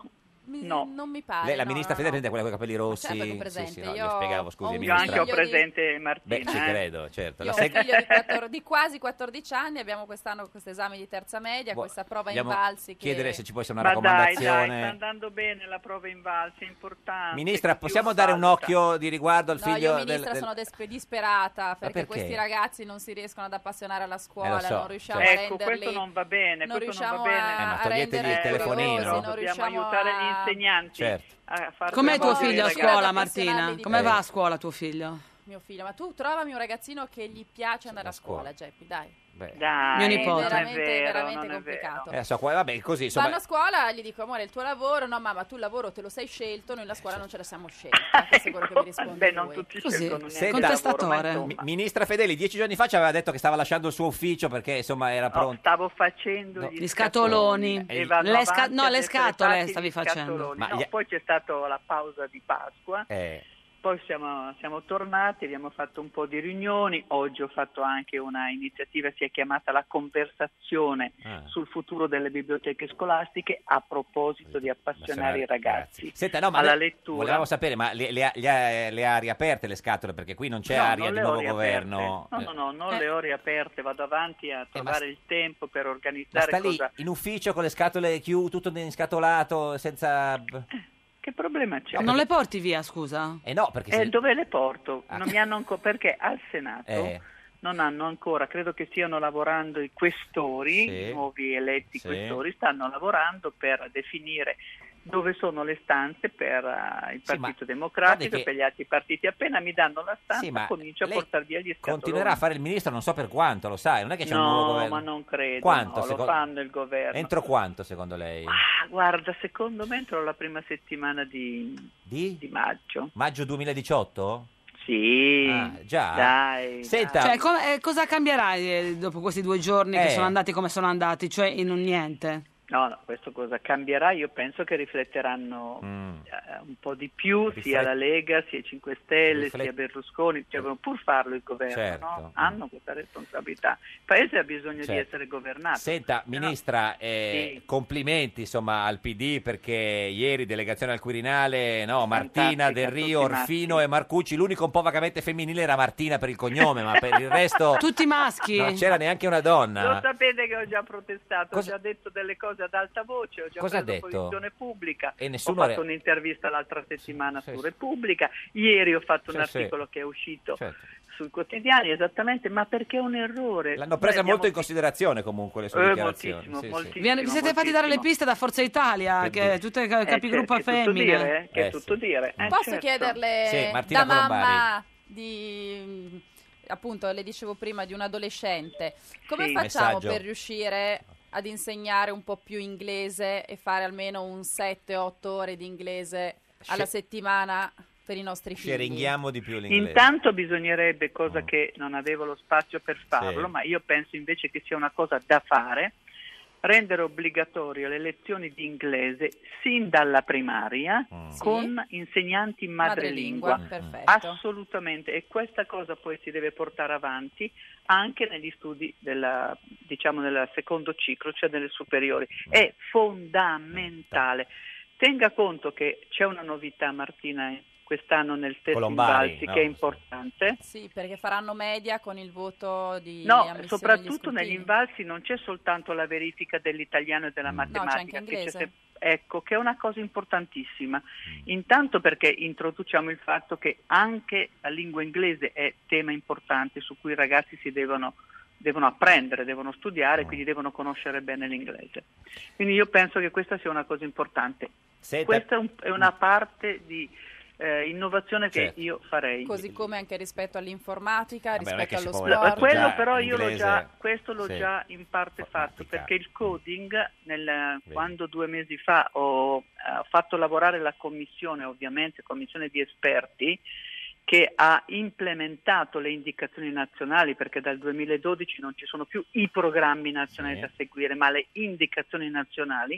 Mi- No. Non mi pare. Lei, la no, ministra no, Fedeli, no. quella con i capelli rossi. certo che ho Sì, presente, sì, no, io io spiegavo, scusi, ho un Io anche ho ministra. figlio di- presente Martina. Beh, ci eh. credo, certo. Io La ho un sec- figlio di, quattordici di quasi quattordici anni, abbiamo quest'anno questo esame di terza media, Boh, questa prova vogliamo invalsi che... chiedere se ci può essere una Ma dai, dai, raccomandazione. sta andando bene la prova invalsi, è importante. Ministra, che possiamo chiunque dare un valuta. occhio di riguardo al No, figlio io del- ministra del- sono despe- disperata perché, perché? questi ragazzi non si riescono ad appassionare alla Eh, scuola, lo so, non riusciamo certo. a Ecco, renderli... questo non va bene, non questo non riusciamo va bene. Eh, ma a, a toglietegli il rendere telefonino. curiosi, non Dobbiamo riusciamo aiutare a... gli insegnanti Certo. a far Com'è tuo trovare figlio a i scuola, ragazzi. Martina? professionali di- Come Eh. va a scuola tuo figlio? Mio figlio, ma tu trovami un ragazzino che gli piace andare a scuola, Geppi, dai. Beh. Dai, Mio nipote. non è veramente, vero, veramente non è complicato. Eh, so, qua- vabbè, così, insomma. Vanno a scuola, gli dico, amore, il tuo lavoro, no mamma, tu il lavoro te lo sei scelto, noi la scuola non ce la siamo scelta, questo è quello che mi risponde Beh, non lui. tutti Così, scelgono neanche Senta, il lavoro, ma contestatore. insomma. Mi- Ministra Fedeli, dieci giorni fa ci aveva detto che stava lasciando il suo ufficio perché insomma era No, pronto. stavo facendo No. gli Gli scatoloni. e vanno Le sca- avanti no, a le essere scatole fatti stavi gli facendo. scatoloni. Ma No, gli- poi c'è stata la pausa di Pasqua, Eh, poi siamo, siamo tornati, abbiamo fatto un po' di riunioni, oggi ho fatto anche una iniziativa, si è chiamata la conversazione Ah. sul futuro delle biblioteche scolastiche a proposito di appassionare i ragazzi Senta, no, ma alla lei- lettura. volevamo sapere, ma le, le ha, le ha- le ha riaperte le scatole perché qui non c'è No, aria non di le ho nuovo riaperte. governo. No, no, no, non Eh. le ho riaperte, vado avanti a trovare il tempo per Ma organizzare sta lì cosa... in ufficio con le scatole chiuse, tutto inscatolato, senza... Che problema c'è? Non le porti via, scusa? Eh no, perché Eh, se... dove le porto? Ah. Non mi hanno ancora, perché al Senato Eh. non hanno ancora, credo che stiano lavorando i questori, Sì. i nuovi eletti Sì. questori, stanno lavorando per definire dove sono le stanze per eh, il Sì, ma Partito Democratico guardi e che- per gli altri partiti. Appena mi danno la stanza Sì, ma comincio a lei portare via gli scatoloni. Continuerà a fare il ministro non so per quanto, lo sai, non è che c'è un nuovo No, governo. ma non credo, Quanto, no, lo secondo- fanno il governo. Entro quanto secondo lei? Ah, guarda, secondo me entro la prima settimana di, Di? di maggio. Maggio duemiladiciotto? Sì, Ah, già? dai. Senta, Cioè, com- eh, cosa cambierà eh, dopo questi due giorni Eh. che sono andati come sono andati? Cioè, in un niente? No, no, questo cosa cambierà? Io penso che rifletteranno Mm. eh, un po' di più Riflet- sia la Lega, sia i cinque Stelle, Riflet- sia Berlusconi, cioè, devono pur farlo il governo, Certo. no? Hanno questa responsabilità. Il Paese ha bisogno di Certo. essere governato. Senta, ministra, eh, Sì. complimenti insomma al P D perché ieri delegazione al Quirinale, no, Martina, Fantastica, Del Rio, tutti Orfino e Marcucci, l'unico un po' vagamente femminile era Martina per il cognome, ma per il resto Tutti maschi? non c'era neanche una Lo donna. sapete che ho già protestato, Cosa- ho già detto delle cose ad alta voce, ho già Cosa ha preso detto? posizione pubblica, E ho nessuno fatto re- un'intervista l'altra settimana Sì, su sì. Repubblica, ieri ho fatto un Sì, sì. articolo che è uscito Certo. sui quotidiani, esattamente, ma perché è un errore. L'hanno Noi presa abbiamo- molto in considerare comunque le sue Eh, dichiarazioni. moltissimo, Sì, sì. moltissimo. Vi, vi siete fatti dare le piste da Forza Italia, Per che dire. tutte ca- Eh, capigruppo cioè, che tutto femmine. dire, che Eh, tutto sì. dire. Eh, Posso certo. chiederle Sì, Martina da mamma Colombari. di appunto, le dicevo prima di un adolescente, come Sì. facciamo Messaggio. per riuscire ad insegnare un po' più inglese e fare almeno un sette otto ore di inglese alla Sce- settimana per i nostri figli? Sceringhiamo di più l'inglese. Intanto bisognerebbe, cosa Mm. che non avevo lo spazio per farlo, Sì. ma io penso invece che sia una cosa da fare, rendere obbligatorio le lezioni di inglese sin dalla primaria Mm. Sì. con insegnanti madrelingua. Madrelingua, perfetto. Assolutamente, e questa cosa poi si deve portare avanti anche negli studi della, diciamo, del secondo ciclo, cioè delle superiori. È fondamentale. Tenga conto che c'è una novità, Martina, quest'anno nel test Colombari, Invalsi no, che è sì. importante. Sì, perché faranno media con il voto di No, ammissione soprattutto agli negli scrutini. invalsi non c'è soltanto la verifica dell'italiano e della Mm. No, c'è matematica, anche che c'è inglese. se- ecco, che è una cosa importantissima. Mm. Intanto perché introduciamo il fatto che anche la lingua inglese è tema importante su cui i ragazzi si devono, devono apprendere, devono studiare, Mm. quindi devono conoscere bene l'inglese. Quindi io penso che questa sia una cosa importante. Senta- Questa è, un- è una parte di eh, innovazione che Certo. io farei. Così come anche rispetto all'informatica, Vabbè, non è rispetto che si allo può- sport. Già, Quello però io l'ho inglese- già, questo l'ho sì. già in parte fatto, Informatica. perché il coding, nel- Vedi. quando due mesi fa ho eh, fatto lavorare la commissione, ovviamente commissione di esperti, che ha implementato le indicazioni nazionali, perché dal duemiladodici non ci sono più i programmi nazionali Sì. da seguire, ma le indicazioni nazionali.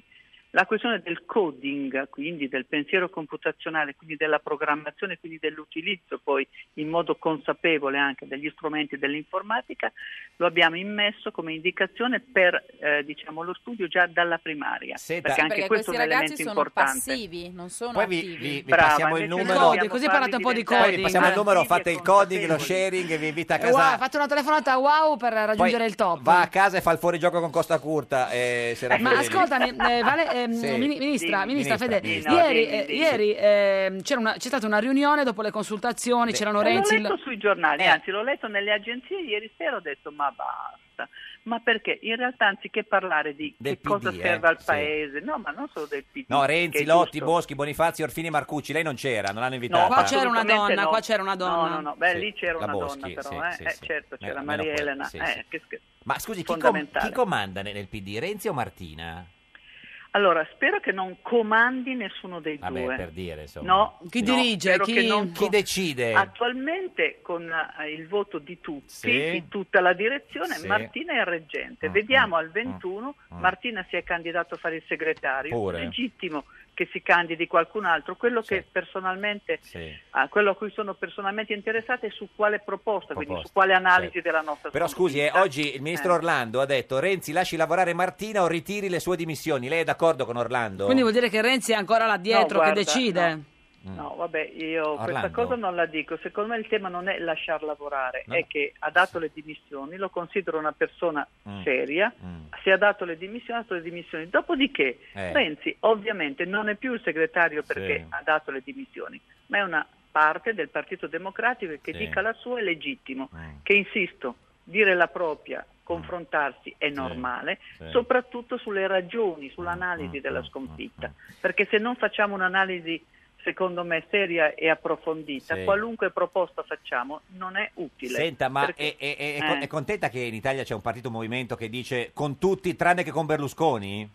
La questione del coding, quindi del pensiero computazionale, quindi della programmazione, quindi dell'utilizzo poi in modo consapevole anche degli strumenti dell'informatica, lo abbiamo immesso come indicazione per eh, diciamo lo studio già dalla primaria, Senta, perché anche Perché questo è questi un ragazzi elemento sono importante. passivi, non sono Poi vi, attivi. vi, vi Brava, passiamo il invece numero. noi Codi, così farli parlate un po' di diventare- Poi vi passiamo il coding. numero, attivi fate e il coding, lo consapevoli. sharing e vi invita a Eh, wow, casa. fate una telefonata a Wow per raggiungere Poi il top. va a casa e fa il fuorigioco con Costa Curta. Eh, Ma ascoltami, eh, Vale- ehm, Sì. mini- ministra, Dimmi, ministra ministra, Fede, ministra. ieri, Dimmi, eh, dimmi. ieri ehm, c'era, una- c'è stata una riunione dopo le consultazioni, Sì. c'erano Eh, Renzi. L'ho letto sui giornali, Eh. anzi l'ho letto nelle agenzie ieri sera, ho detto ma basta. Ma perché in realtà anziché parlare di Del che cosa P D, serve eh, al sì. paese, no, ma non solo del P D. No, che Renzi, è Lotti, giusto. Boschi, Bonifazzi, Orfini, Marcucci. Lei non c'era, non l'hanno invitata. qua c'era una Assolutamente donna, no. qua c'era una donna. No, no, no, beh Sì, lì c'era la una Boschi, donna però, sì, eh, sì, eh, sì. certo, c'era Meno- Maria meno quella, Elena, sì, eh, sì. che scher- Ma scusi, chi, com- fondamentale. chi comanda nel, nel P D, Renzi o Martina? Allora, spero che non comandi nessuno dei Vabbè, due. per dire, insomma. No, Chi no, dirige? spero Chi- che non Chi decide? Attualmente con eh, il voto di tutti, Sì. di tutta la direzione, Sì. Martina è reggente. Mm, Vediamo mm, al ventuno, mm. Martina si è candidato a fare il segretario. Pure. Legittimo che si candidi qualcun altro. Quello che personalmente, Sì. ah, quello a cui sono personalmente interessata è su quale proposta, quindi Proposta, su quale analisi certo. della nostra Però scusi, eh, sconfitta. oggi il ministro Eh. Orlando ha detto Renzi lasci lavorare Martina o ritiri le sue dimissioni. Lei è d'accordo con Orlando? Quindi vuol dire che Renzi è ancora là dietro, No, che guarda, decide? no. No, vabbè, io questa Orlando? cosa non la dico. Secondo me il tema non è lasciar lavorare, No. è che ha dato le dimissioni, lo considero una persona Mm. seria, Mm. se ha dato le dimissioni, ha dato le dimissioni. Dopodiché Eh. Renzi ovviamente non è più il segretario perché Sì. ha dato le dimissioni, ma è una parte del Partito Democratico e che Sì. dica la sua è legittimo, Mm. che insisto, dire la propria, confrontarsi è normale, Sì. soprattutto sulle ragioni, sull'analisi Mm, della mm, sconfitta, perché se non facciamo un'analisi secondo me seria e approfondita, Sì. qualunque proposta facciamo non è utile. Senta, ma perché- è, è- è- eh. è contenta che in Italia c'è un partito, un movimento che dice con tutti tranne che con Berlusconi?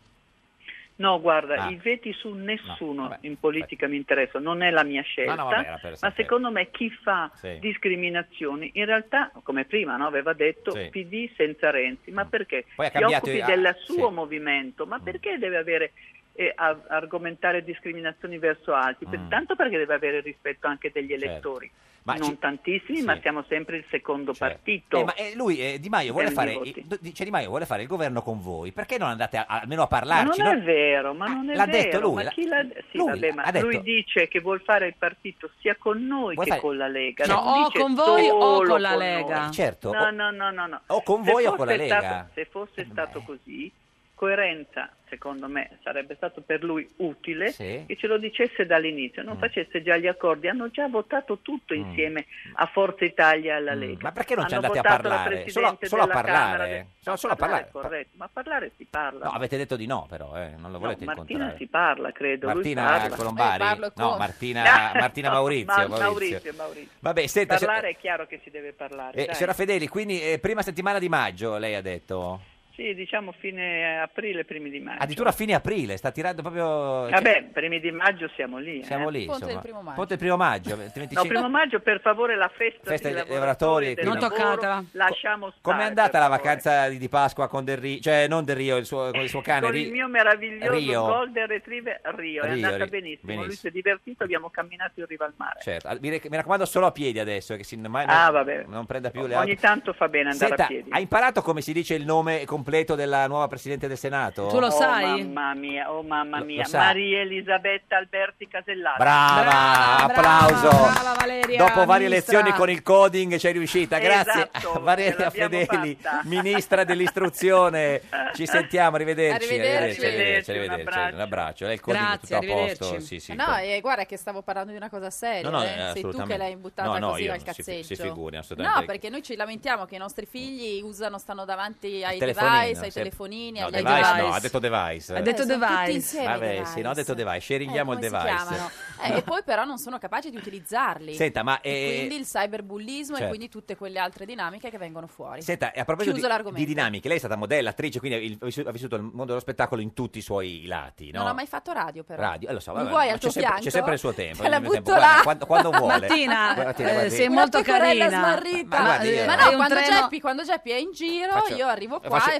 No, guarda, Ah. i veti su nessuno No, vabbè. in politica mi interessano, non è la mia scelta, No, no, vabbè, era per ma sapere. secondo me chi fa Sì. discriminazioni, in realtà, come prima no, aveva detto, Sì. P D senza Renzi, ma perché? Poi ha Ti cambiato occupi i- ah, del suo sì. movimento, ma perché deve avere eh, a- argomentare discriminazioni verso altri? Per- Mm. Tanto perché deve avere il rispetto anche degli Certo. elettori. Ma non ci- tantissimi, sì. ma siamo sempre il secondo Certo. partito. Eh, ma eh, lui, eh, Di Maio, vuole Degli fare, voti. eh, dice Di Maio vuole fare il governo con voi, perché non andate a- almeno a Ma parlarci? non è no? vero, ma non è l'ha vero. detto lui, ma l'ha- chi l'ha- sì, lui vabbè, ma ha detto- lui dice che vuol fare il partito sia con noi Vuoi che fare- con la Lega. No, non o dice con voi o solo con la con Lega. noi. Certo, No, o- no, no, no, no. o con Se voi o con la fosse Lega. stato- se fosse stato così, coerenza, secondo me, sarebbe stato per lui utile Sì. che ce lo dicesse dall'inizio, non Mm. facesse già gli accordi. Hanno già votato tutto Mm. insieme a Forza Italia e alla Mm, Lega. ma perché non ci Hanno andate a votato la parlare? Presidente Solo- solo a della parlare? Camera de- Solo- solo a parlare. Corretto, ma parlare si parla. No, avete detto di no, però, eh, non lo No, volete Martina incontrare. si parla, credo. lui Martina parla. Colombari? Eh, parlo no, con- Martina, No, Martina no, Maurizio, Ma- Maurizio. Maurizio, Maurizio. Vabbè, senta, se- Parlare è chiaro che si deve parlare. eh, dai. signora Fedeli, quindi eh, prima settimana di maggio, lei ha detto? Sì, diciamo fine aprile, primi di maggio. Addirittura a fine aprile, sta tirando proprio... Vabbè, primi di maggio siamo lì. Siamo eh. lì, Ponte del insomma. primo maggio. Ponte del primo maggio. No, venticinque primo maggio per favore la festa, Festa dei dei lavoratori, lavoratori, del non lavoro, toccatela. lasciamo stare. Com'è andata per la favore. vacanza di, di Pasqua con Del Rio? Cioè, non Del Rio, il suo, con il suo cane. Con Ri- il mio meraviglioso Rio. Golden Retriever Rio, è Rio, andata Ri- benissimo. benissimo. Lui si è divertito, abbiamo camminato in riva al mare. Certo. Ah, Mi, rac- mi raccomando solo a piedi adesso, eh, che si, mai, Ah, non, vabbè. non prenda più le Ogni auto. tanto fa bene andare Senta, a piedi. ha imparato come si dice il nome completo della nuova Presidente del Senato? Tu lo Oh, sai? mamma mia, oh mamma Lo- mia, lo sa. Maria Elisabetta Alberti Casellati. Brava, Brava, applauso. brava Valeria, Dopo varie ministra. lezioni con il coding ci è riuscita. Grazie Esatto, a Valeria ce l'abbiamo Fedeli, fatta. ministra dell'istruzione. Ci sentiamo, arrivederci. Arrivederci. arrivederci, Arrivederci, un arrivederci, abbraccio. un abbraccio. Lei il coding Grazie, tutto a posto? arrivederci. Sì, sì. No, e guarda che stavo parlando di una cosa seria, No, no, eh. eh, sei tu assolutamente. che l'hai buttata No, no, così io dal non si- cazzeggio. si figuri, assolutamente. No, perché noi ci lamentiamo che i nostri figli usano, stanno davanti ai telefonino, device, ai sì. telefonini, No, agli device device. no, ha detto device. Ha detto Eh, sono device. tutti insieme i Vabbè, device. sì, no, ha detto device. Sharinghiamo Eh, il come si device. chiamano? Eh, e poi però non sono capaci di utilizzarli. Senta, ma, E eh, quindi il cyberbullismo certo. e quindi tutte quelle altre dinamiche che vengono fuori. Senta, e a proposito Chiuso di, l'argomento. di dinamiche, lei è stata modella, attrice, quindi ha il- ha vissuto- ha vissuto il mondo dello spettacolo in tutti i suoi lati, no? Non ho mai fatto radio però. Radio, eh, lo so, Mi vabbè, vuoi ma al c'è tuo sempre, fianco? c'è sempre il suo tempo. Te la il mio tempo. butto Guarda, là. quando, quando vuole. Martina, Martina, eh, guardi. sei Una molto pecorella carina. smarrita. Ma guardi, Ma, io- no, hai un quando, treno- Geppi, quando Geppi è in giro, Faccio- io arrivo qua faccio- e io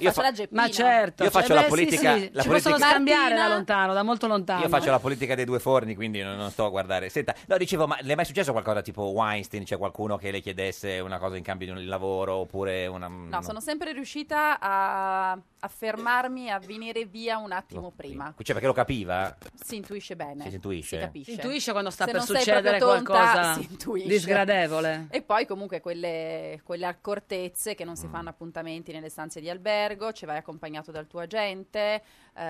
io Faccia fa- la geppina. Ma certo, Io cioè, faccio la beh, sì, politica- sì, la ci politica- possono scambiare Martina- da lontano, da molto lontano. Io faccio la politica dei due forni, quindi non, non sto a guardare. Senta, no, dicevo, ma le è mai successo qualcosa tipo Weinstein? C'è qualcuno che le chiedesse una cosa in cambio di un lavoro oppure una... No, sono sempre riuscita a, a fermarmi, a venire via un attimo prima. Cioè, perché lo capiva? Si intuisce bene. Si intuisce? Si capisce. Si intuisce quando sta Se per non sei succedere proprio tonta, qualcosa si intuisce. di sgradevole. E poi comunque quelle, quelle accortezze che non Mm. si fanno appuntamenti nelle stanze di albergo, ci vai accompagnato dal tuo agente.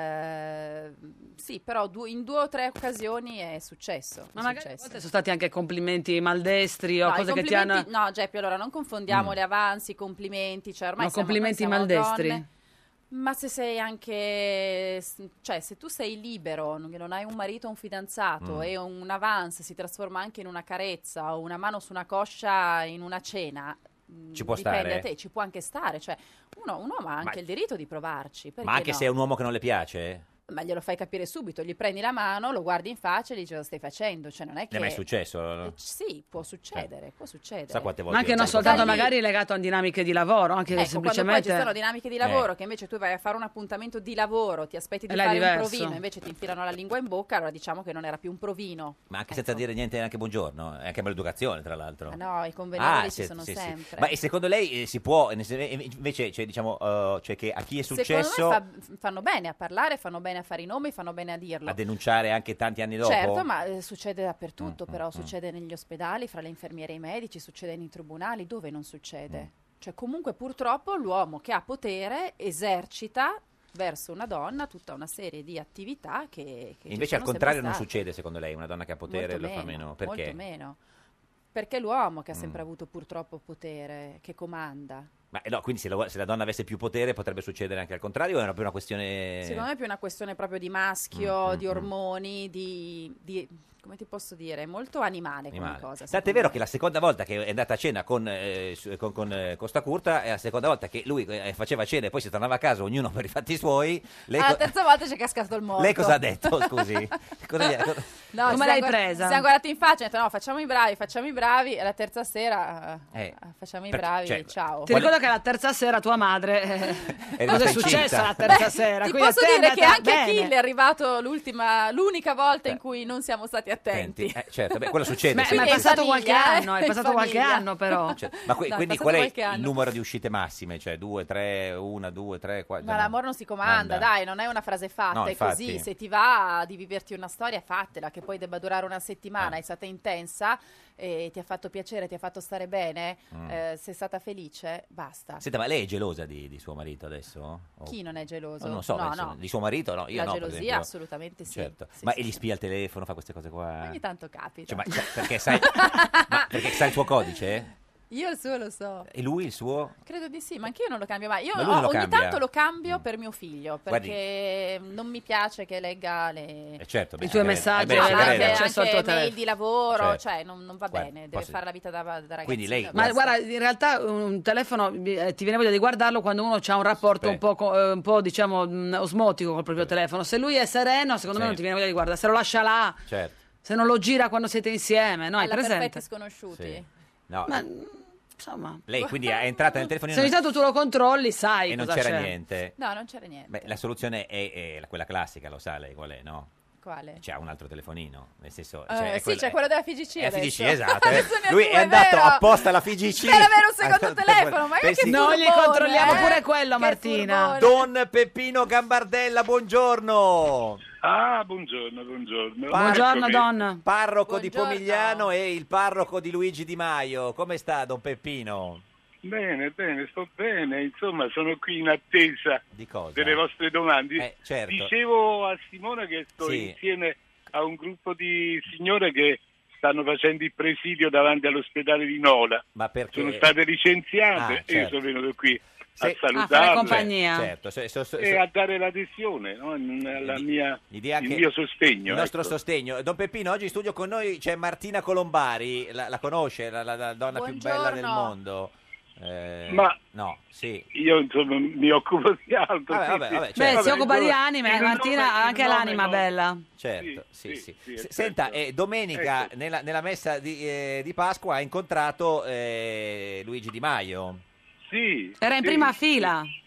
eh, sì, però du- in due o tre occasioni è successo. Ma è magari a successo. volte sono stati anche complimenti maldestri o No, i cose che ti hanno... complimenti- No, Geppi, allora non confondiamo Mm. le avanzi, i complimenti, cioè ormai No, siamo, complimenti noi siamo maldestri. donne. Ma se sei anche, cioè se tu sei libero, non- che non hai un marito o un fidanzato Mm. e un avance si trasforma anche in una carezza o una mano su una coscia in una cena, mh, Ci può dipende stare? da te, ci può anche stare, cioè uno, un uomo ha anche Ma- il diritto di provarci, perché Ma anche no? se è un uomo che non le piace? Ma glielo fai capire subito, gli prendi la mano, lo guardi in faccia e gli dici cosa stai facendo, cioè non è Le che... è mai successo? Eh, sì, può succedere, può succedere. Sa quante volte Ma anche io non cerco- soltanto Stai lì- magari legato a dinamiche di lavoro, anche Ecco, quando poi semplicemente... ci sono dinamiche di lavoro che invece tu vai a fare un appuntamento di lavoro, ti aspetti di E là è fare un diverso. provino, invece ti infilano la lingua in bocca, allora diciamo che non era più un provino. Ma anche senza dire niente, neanche buongiorno, è anche maleducazione tra l'altro. Ma no, i convenevoli ci sì, sono sì, sì. sempre. Ma e secondo lei eh, si può, nel sen- eh, invece, cioè, diciamo, eh, cioè che a chi è successo Secondo me fa- fanno bene a parlare, fanno bene a fare i nomi, fanno bene a dirlo. a denunciare anche tanti anni dopo? Certo, ma eh, succede dappertutto, Mm, però mm, succede negli ospedali, fra le infermiere e i medici, succede nei tribunali, dove non succede? Mm. Cioè comunque purtroppo l'uomo che ha potere esercita verso una donna tutta una serie di attività che, che ci Invece al sono contrario sempre non state. succede secondo lei, una donna che ha potere Molto lo fa meno, perché? Molto meno. Perché è l'uomo che ha Mm. sempre avuto purtroppo potere, che comanda. Ma eh, no, quindi se la, se la donna avesse più potere potrebbe succedere anche al contrario o è proprio una questione... Secondo me è più una questione proprio di maschio, Mm, mm, di mm. ormoni, di, di- come ti posso dire, molto animale come Animale. cosa. Tant'è vero che la seconda volta che è andata a cena con, eh, su- con, con, eh, Costa Curta è la seconda volta che lui eh, faceva cena e poi si tornava a casa ognuno per i fatti suoi. Lei, Ah, la co- terza volta c'è cascato il morto. lei cosa ha detto, scusi? Cosa gli ha- co- No, Come ci l'hai siamo- presa? Ci siamo guardati in faccia e ha detto no, facciamo i bravi, facciamo i bravi e la terza sera eh, Eh, facciamo i perché- bravi, cioè, ciao. Ti ricordo che la terza sera tua madre... eh, È cosa rimasta è successo incinta. la terza Beh, sera? Ti Quindi posso a te è dire che andata anche a bene. Kill è arrivato l'ultima, l'unica volta in cui non siamo stati attenti. Senti, eh, certo, beh, quello succede. Beh, sì. ma è Quindi passato in qualche famiglia, anno, è eh, passato in qualche famiglia. anno però. Cioè, ma que- No, è quindi passato qual è qualche il anno. numero di uscite massime? Cioè due, tre, una, due, tre, quattro? Ma l'amore non si comanda, Manda. dai, non è una frase fatta, No, è infatti. così. Se ti va di viverti una storia, fatela, che poi debba durare una settimana, Eh. è stata intensa e ti ha fatto piacere, ti ha fatto stare bene, Mm. eh, sei stata felice, basta. Senta, ma lei è gelosa di, di suo marito adesso? O- Chi non è geloso? Oh, non so, no, adesso, no. di suo marito no, io La no, per gelosia esempio. assolutamente sì. Certo. Sì, ma sì, e gli sì. spia il telefono, fa queste cose qua? Ogni tanto capita. Cioè, ma- cioè, perché sai ma perché sai il suo codice? Io il suo lo so. E lui il suo? Credo di sì, ma anch'io non lo cambio mai. Io Ma lui non ho- lo ogni cambia? tanto lo cambio per mio figlio, Guardi- perché non mi piace che legga le... Eh, certo, beh, I tuoi ci crede. messaggi, Eh, beh, ci eh, anche, crede. accesso al anche tuo mail telefono. di lavoro, Certo. cioè non, non va Guarda, bene, deve posso- fare la vita da, da ragazzino. Quindi lei- Ma Basta. guarda, in realtà un telefono eh, ti viene voglia di guardarlo quando uno ha un rapporto Beh. un po', co- eh, un po' diciamo mh, osmotico col proprio telefono. Se lui è sereno, secondo Sì. me non ti viene voglia di guardare. Se lo lascia là, Certo. se non lo gira quando siete insieme, no? Hai Alla presente? perfetti sconosciuti. Sì. No, Ma insomma, lei quindi è entrata nel telefonino se ogni tanto tu lo controlli, sai e non cosa c'era c'è. niente. No, non c'era niente. Beh, la soluzione è, è quella classica, lo sa lei qual è, no? Quale? C'ha un altro telefonino, nel senso... Eh, cioè, è sì, quella- c'è quello della F G C È F G C, adesso. esatto. eh. Adesso ne ha Lui due, è andato vero? apposta alla F G C. Per avere un secondo telefono, ma Beh, che sì. Noi gli furbone, controlliamo eh? pure quello, Che Martina. furbone. Don Peppino Gambardella, buongiorno. Ah, buongiorno, buongiorno. Buongiorno, Eccomi. Don. Parroco di Buongiorno. Pomigliano e il parroco di Luigi Di Maio. Come sta, Don Peppino? Bene, bene, sto bene. Insomma, sono qui in attesa Di cosa? delle vostre domande. Eh, certo. Dicevo a Simona che sto Sì. insieme a un gruppo di signore che stanno facendo il presidio davanti all'ospedale di Nola. Ma perché? Sono state licenziate Ah, e io certo. sono venuto qui Se- a A fare salutarle compagnia. Certo, se- se- se- e a dare l'adesione, no? alla mia, gli dia anche il mio sostegno. il nostro ecco. sostegno. Don Peppino, oggi in studio con noi c'è Martina Colombari, la, la conosce, la, la- la donna più bella del Buongiorno. mondo. Eh, Ma- no, sì. Io insomma mi occupo di altro. Vabbè, sì, vabbè, sì. vabbè, Beh, certo. si occupa di il nome- anime, il Martina nome- ha il anche nome l'anima no. bella. Certo, sì, Sì, sì. sì, sì, S- certo. Senta, eh, domenica Ecco. nella, nella messa di, eh, di Pasqua ha incontrato eh, Luigi Di Maio. Sì. Era in sì, prima sì. fila.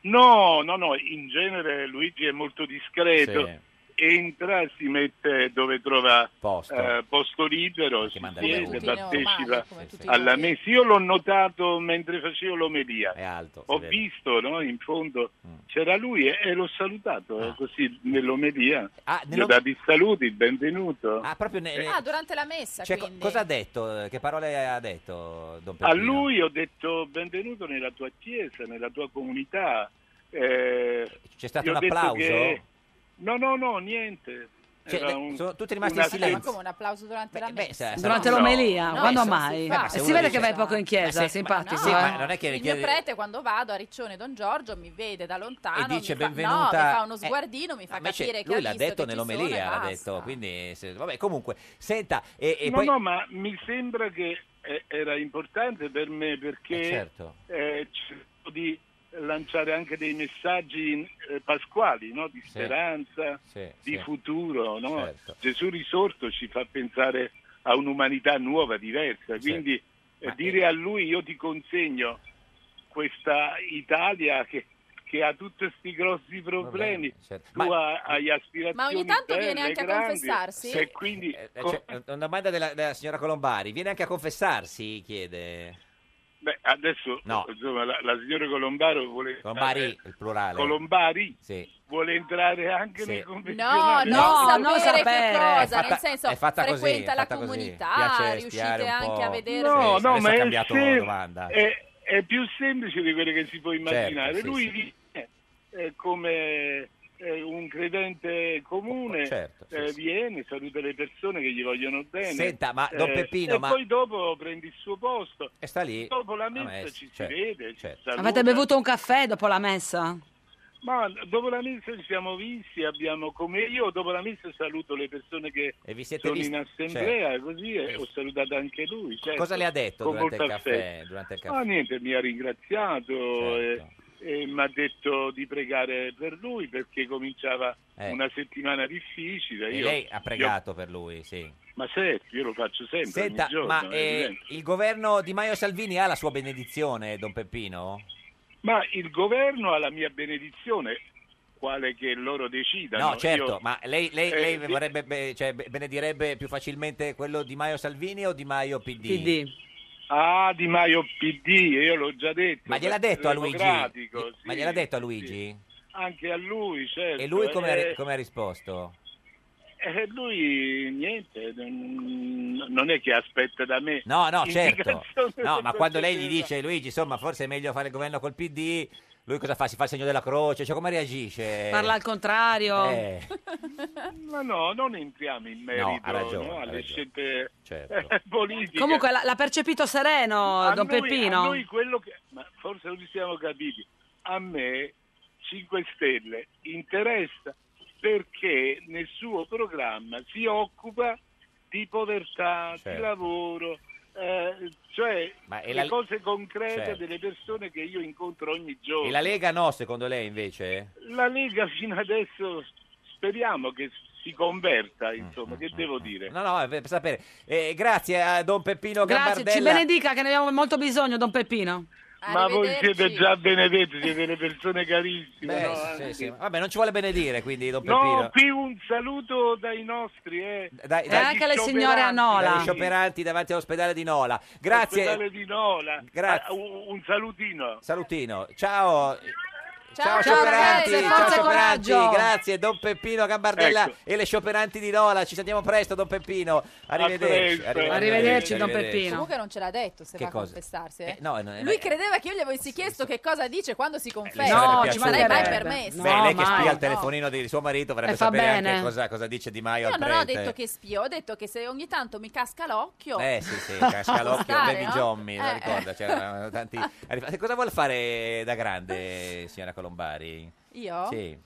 No, no, no, in genere Luigi è molto discreto. Sì. Entra, si mette dove trova Posto, eh, posto libero, si manda siede, il partecipa Sì, sì. alla messa. Io l'ho notato mentre facevo l'omelia. È alto. Ho si vede. visto, no, in fondo c'era lui e, e l'ho salutato eh, così nell'omelia. Ah, Gli ho nello- dato i saluti, il benvenuto. Ah, proprio ne- Ah, durante la messa, Cioè, co- quindi. cosa ha detto? Che parole ha detto Don A Peppino? lui ho detto benvenuto nella tua chiesa, nella tua comunità. Eh, C'è stato gli ho un detto applauso? che- No, no, no, niente. Cioè, Era le- un- sono tutti rimasti una in silenzio. Ma come un applauso durante la messa? se- Durante no, l'omelia? no, Quando questo non mai? si fa. E Ma se si uno vede dice- che vai poco in chiesa, Ma se- simpatico. ma- sì, eh. ma non è che Il chiede- mio prete quando vado a Riccione Don Giorgio mi vede da lontano, E dice mi fa, no, benvenuta. mi fa uno Eh, sguardino, mi fa Invece capire che lui ha l'ha visto detto che ci sono e nell'omelia, l'ha basta. detto, quindi se- vabbè, comunque, senta e, e no, poi no, ma mi sembra che eh, era importante per me perché Eh, certo. eh, cerco di lanciare anche dei messaggi eh, pasquali, no? Di speranza, Sì, di sì. futuro. No? Certo. Gesù risorto ci fa pensare a un'umanità nuova, diversa. Quindi eh, dire a lui io ti consegno questa Italia che, che ha tutti questi grossi problemi, certo. tu ha- hai aspirazioni Ma ogni tanto viene belle, anche a grandi, confessarsi? e quindi Eh, c'è una domanda della, della signora Colombari. Viene anche a confessarsi, chiede. Beh, adesso No. insomma, la, la signora Colombaro vuole Colombari, eh, il plurale. Colombari Sì. vuole entrare anche Sì. nei No, confessionali. non No, sapere, non sapere. che cosa, È fatta- nel senso è fatta così, frequenta è la fatta così. comunità, Piace riuscite spiare un anche a po'. vedere. No, Sì, no, adesso ma ha è, cambiato sem- domanda. è, è più semplice di quello che si può immaginare. Certo, sì, Lui sì. viene eh, come eh, un credente comune, Certo, sì, eh, sì. viene, saluta le persone che gli vogliono bene. Senta, ma, Don eh, Peppino, e ma- poi dopo prendi il suo posto. E sta lì. Dopo la Ah, messa messa, ci certo, si vede, ci certo. saluta. Avete bevuto un caffè dopo la messa? Ma dopo la messa ci siamo visti, abbiamo come io dopo la messa saluto le persone che E vi siete sono visti? in assemblea, così e ho salutato anche lui. certo, Cosa le ha detto con durante il, molto caffè, affetto. durante il Ah, caffè? niente, mi ha ringraziato Certo. e, e mi ha detto di pregare per lui perché cominciava Eh. una settimana difficile. E Io- lei ha pregato per lui, sì. io- ma certo, io lo faccio sempre, Senta, ogni giorno. ma è eh, evidente. il governo di Maio Salvini ha la sua benedizione, Don Peppino? Ma il governo ha la mia benedizione, quale che loro decidano. No, certo, Io- ma lei, lei, Eh, lei di- vorrebbe, be- cioè, be- benedirebbe più facilmente quello di Maio Salvini o di Maio P D? P D. Ah, Di Maio P D, io l'ho già detto. Ma gliel'ha Partito detto a Luigi? Democratico, Ma sì, gliel'ha detto a sì. Luigi? Anche a lui, certo. E lui come, ha, Eh, ri- come ha risposto? eh, lui niente, non non è che aspetta da me. No, no, certo. indicazioni No, per ma quando lei gli qualche dice, Luigi, insomma, forse è meglio fare il governo col P D, lui cosa fa? Si fa il segno della croce? Cioè, come reagisce? Parla al contrario. Eh, Ma no, non entriamo in merito ha ragione, no, ha alle ragione. scelte Certo. eh, politiche. Comunque l'ha, l'ha percepito sereno, A Don noi- Peppino? A noi quello che, ma forse non ci siamo capiti, a me cinque Stelle interessa perché nel suo programma si occupa di povertà, di Certo. lavoro, eh, cioè Ma e le la- cose concrete Certo. delle persone che io incontro ogni giorno. E la Lega no, secondo lei, invece? La Lega fino adesso speriamo che si converta, Mm, insomma, che devo dire? No, no, per sapere. Eh, grazie a Don Peppino Grazie, Gambardella. ci benedica che ne abbiamo molto bisogno, Don Peppino. Ma voi siete già benedetti, siete delle persone carissime. Beh, no? sì, Anzi. sì. Vabbè, non ci vuole benedire, quindi, Don Peppino. No, qui un saluto dai nostri, eh. Dai- E dai- anche le signore a Dagli Nola. scioperanti davanti all'ospedale di Nola. Grazie. Ospedale di Nola. Grazie. Ah, un, un salutino. Salutino. Ciao. Ciao, scioperanti, ragazze, ciao forza e scioperanti, coraggio. grazie Don Peppino Gambardella Ecco. e le scioperanti di Nola, ci sentiamo presto Don Peppino, arrivederci. presto. Arrivederci, Don arrivederci. Peppino. Comunque non ce l'ha detto se Che va a cosa? confessarsi. eh. Eh, no, no, Lui eh, credeva che io gli avessi chiesto che cosa dice quando si le confessa. sarebbe No, piaciuto. ci non sarei mai mancherebbe. permesso. Beh, No, lei che mai. spia il No. telefonino di suo marito vorrebbe E fa sapere bene. anche cosa, cosa dice Di Maio Io al non ho prete. detto che spio, ho detto che se ogni tanto mi casca l'occhio. Eh sì, sì, casca l'occhio, Stare, Baby no? Jommy, non Eh, ricorda, eh. c'erano tanti... E cosa vuole fare da grande, signora Colombari? Io? Sì,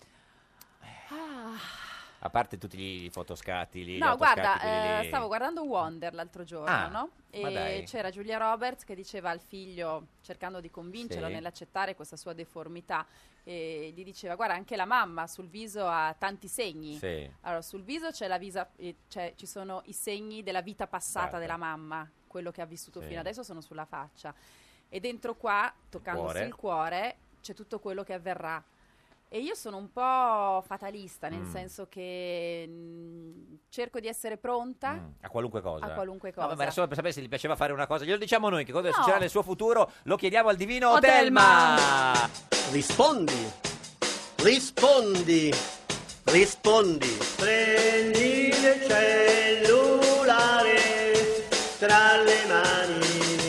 Ah. a parte tutti i fotoscatti lì, gli No, autoscatti, guarda, quelli eh, lì. stavo guardando Wonder l'altro giorno, Ah, no? ma dai. E c'era Julia Roberts che diceva al figlio, cercando di convincerlo Sì. nell'accettare questa sua deformità, e gli diceva: guarda, anche la mamma sul viso ha tanti segni. Sì. Allora, sul viso c'è la visa, eh, c'è- ci sono i segni della vita passata Guarda. della mamma, quello che ha vissuto Sì. fino adesso sono sulla faccia. E dentro qua, toccandosi cuore. il cuore, c'è tutto quello che avverrà. E io sono un po' fatalista, nel Mm. senso che mh, cerco di essere pronta Mm, a qualunque cosa. a qualunque No, cosa. ma era solo per sapere se gli piaceva fare una cosa. Glielo diciamo noi, che cosa No. succederà nel suo futuro, lo chiediamo al divino Otelma. Otelma. Rispondi, rispondi, rispondi. Prendi il cellulare tra le mani.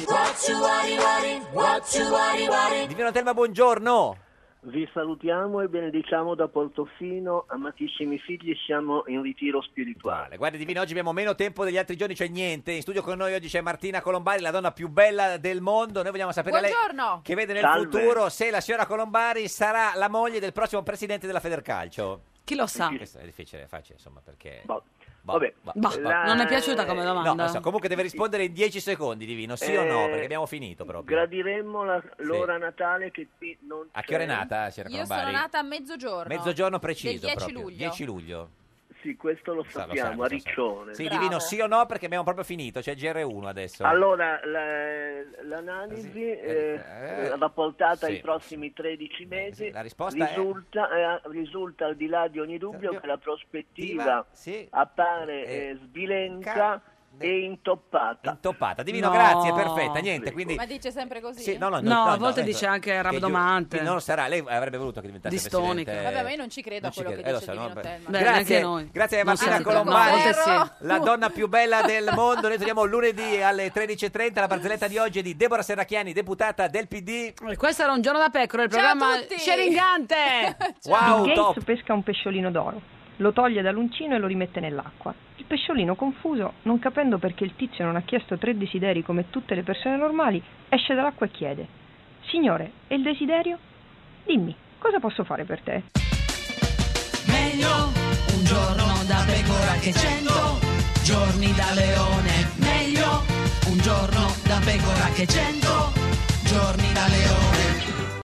Divino Otelma, buongiorno. Vi salutiamo e benediciamo da Portofino, amatissimi figli, siamo in ritiro spirituale. Guardi Divino, oggi abbiamo meno tempo degli altri giorni, cioè niente. In studio con noi oggi c'è Martina Colombari, la donna più bella del mondo. Noi vogliamo sapere lei Buongiorno. che vede nel Salve. futuro se la signora Colombari sarà la moglie del prossimo presidente della Federcalcio. Chi lo sa? Questo è difficile, è facile, insomma, perché... Boh. Boh, Vabbè, boh, Boh, boh. la- non è piaciuta come domanda. No, lo so, comunque deve rispondere in dieci secondi, Divino, sì o no, Eh, perché abbiamo finito proprio. Gradiremmo la- l'ora natale che qui non A che ora è c'è. nata, signora Io Colombari? sono nata a mezzogiorno. Mezzogiorno preciso del dieci proprio. luglio. dieci luglio. Sì, questo lo Sa, lo sappiamo, sa, lo a sa. Riccione. Sì, Bravo. Divino, sì o no, perché abbiamo proprio finito, c'è G R uno adesso. Allora, la- l'analisi eh, eh, rapportata sì. ai prossimi tredici mesi la risposta è- risulta, eh, risulta al di là di ogni dubbio che la prospettiva sì. appare Eh, eh, sbilenca e intoppata. Intoppata. Divino, No. grazie, perfetta, niente, quindi... Ma dice sempre così? Sì, no, no, No, a no, volte no, dice ecco, anche che rabdomante. giu- Non sarà, lei avrebbe voluto che diventasse Distonica. presidente. Vabbè, ma io non ci credo Non a quello ci che credo, dice eh, lo so, Divino no, Otelma. Beh, Grazie, neanche noi. grazie a Non Martina siamo troppo- Colombari, no, a volte sì. la donna più bella del mondo. Noi torniamo lunedì alle tredici e trenta. La barzelletta di oggi è di Deborah Serracchiani, deputata del P D. E questo era Un giorno da pecora, il Ciao programma a tutti! sceringante. Wow, Bill top. Gates pesca un pesciolino d'oro, lo toglie dall'uncino e lo rimette nell'acqua. Il pesciolino, confuso, non capendo perché il tizio non ha chiesto tre desideri come tutte le persone normali, esce dall'acqua e chiede: Signore, e il desiderio? Dimmi, cosa posso fare per te? Meglio un giorno da pecora che cento giorni da leone. Meglio un giorno da pecora che cento giorni da leone.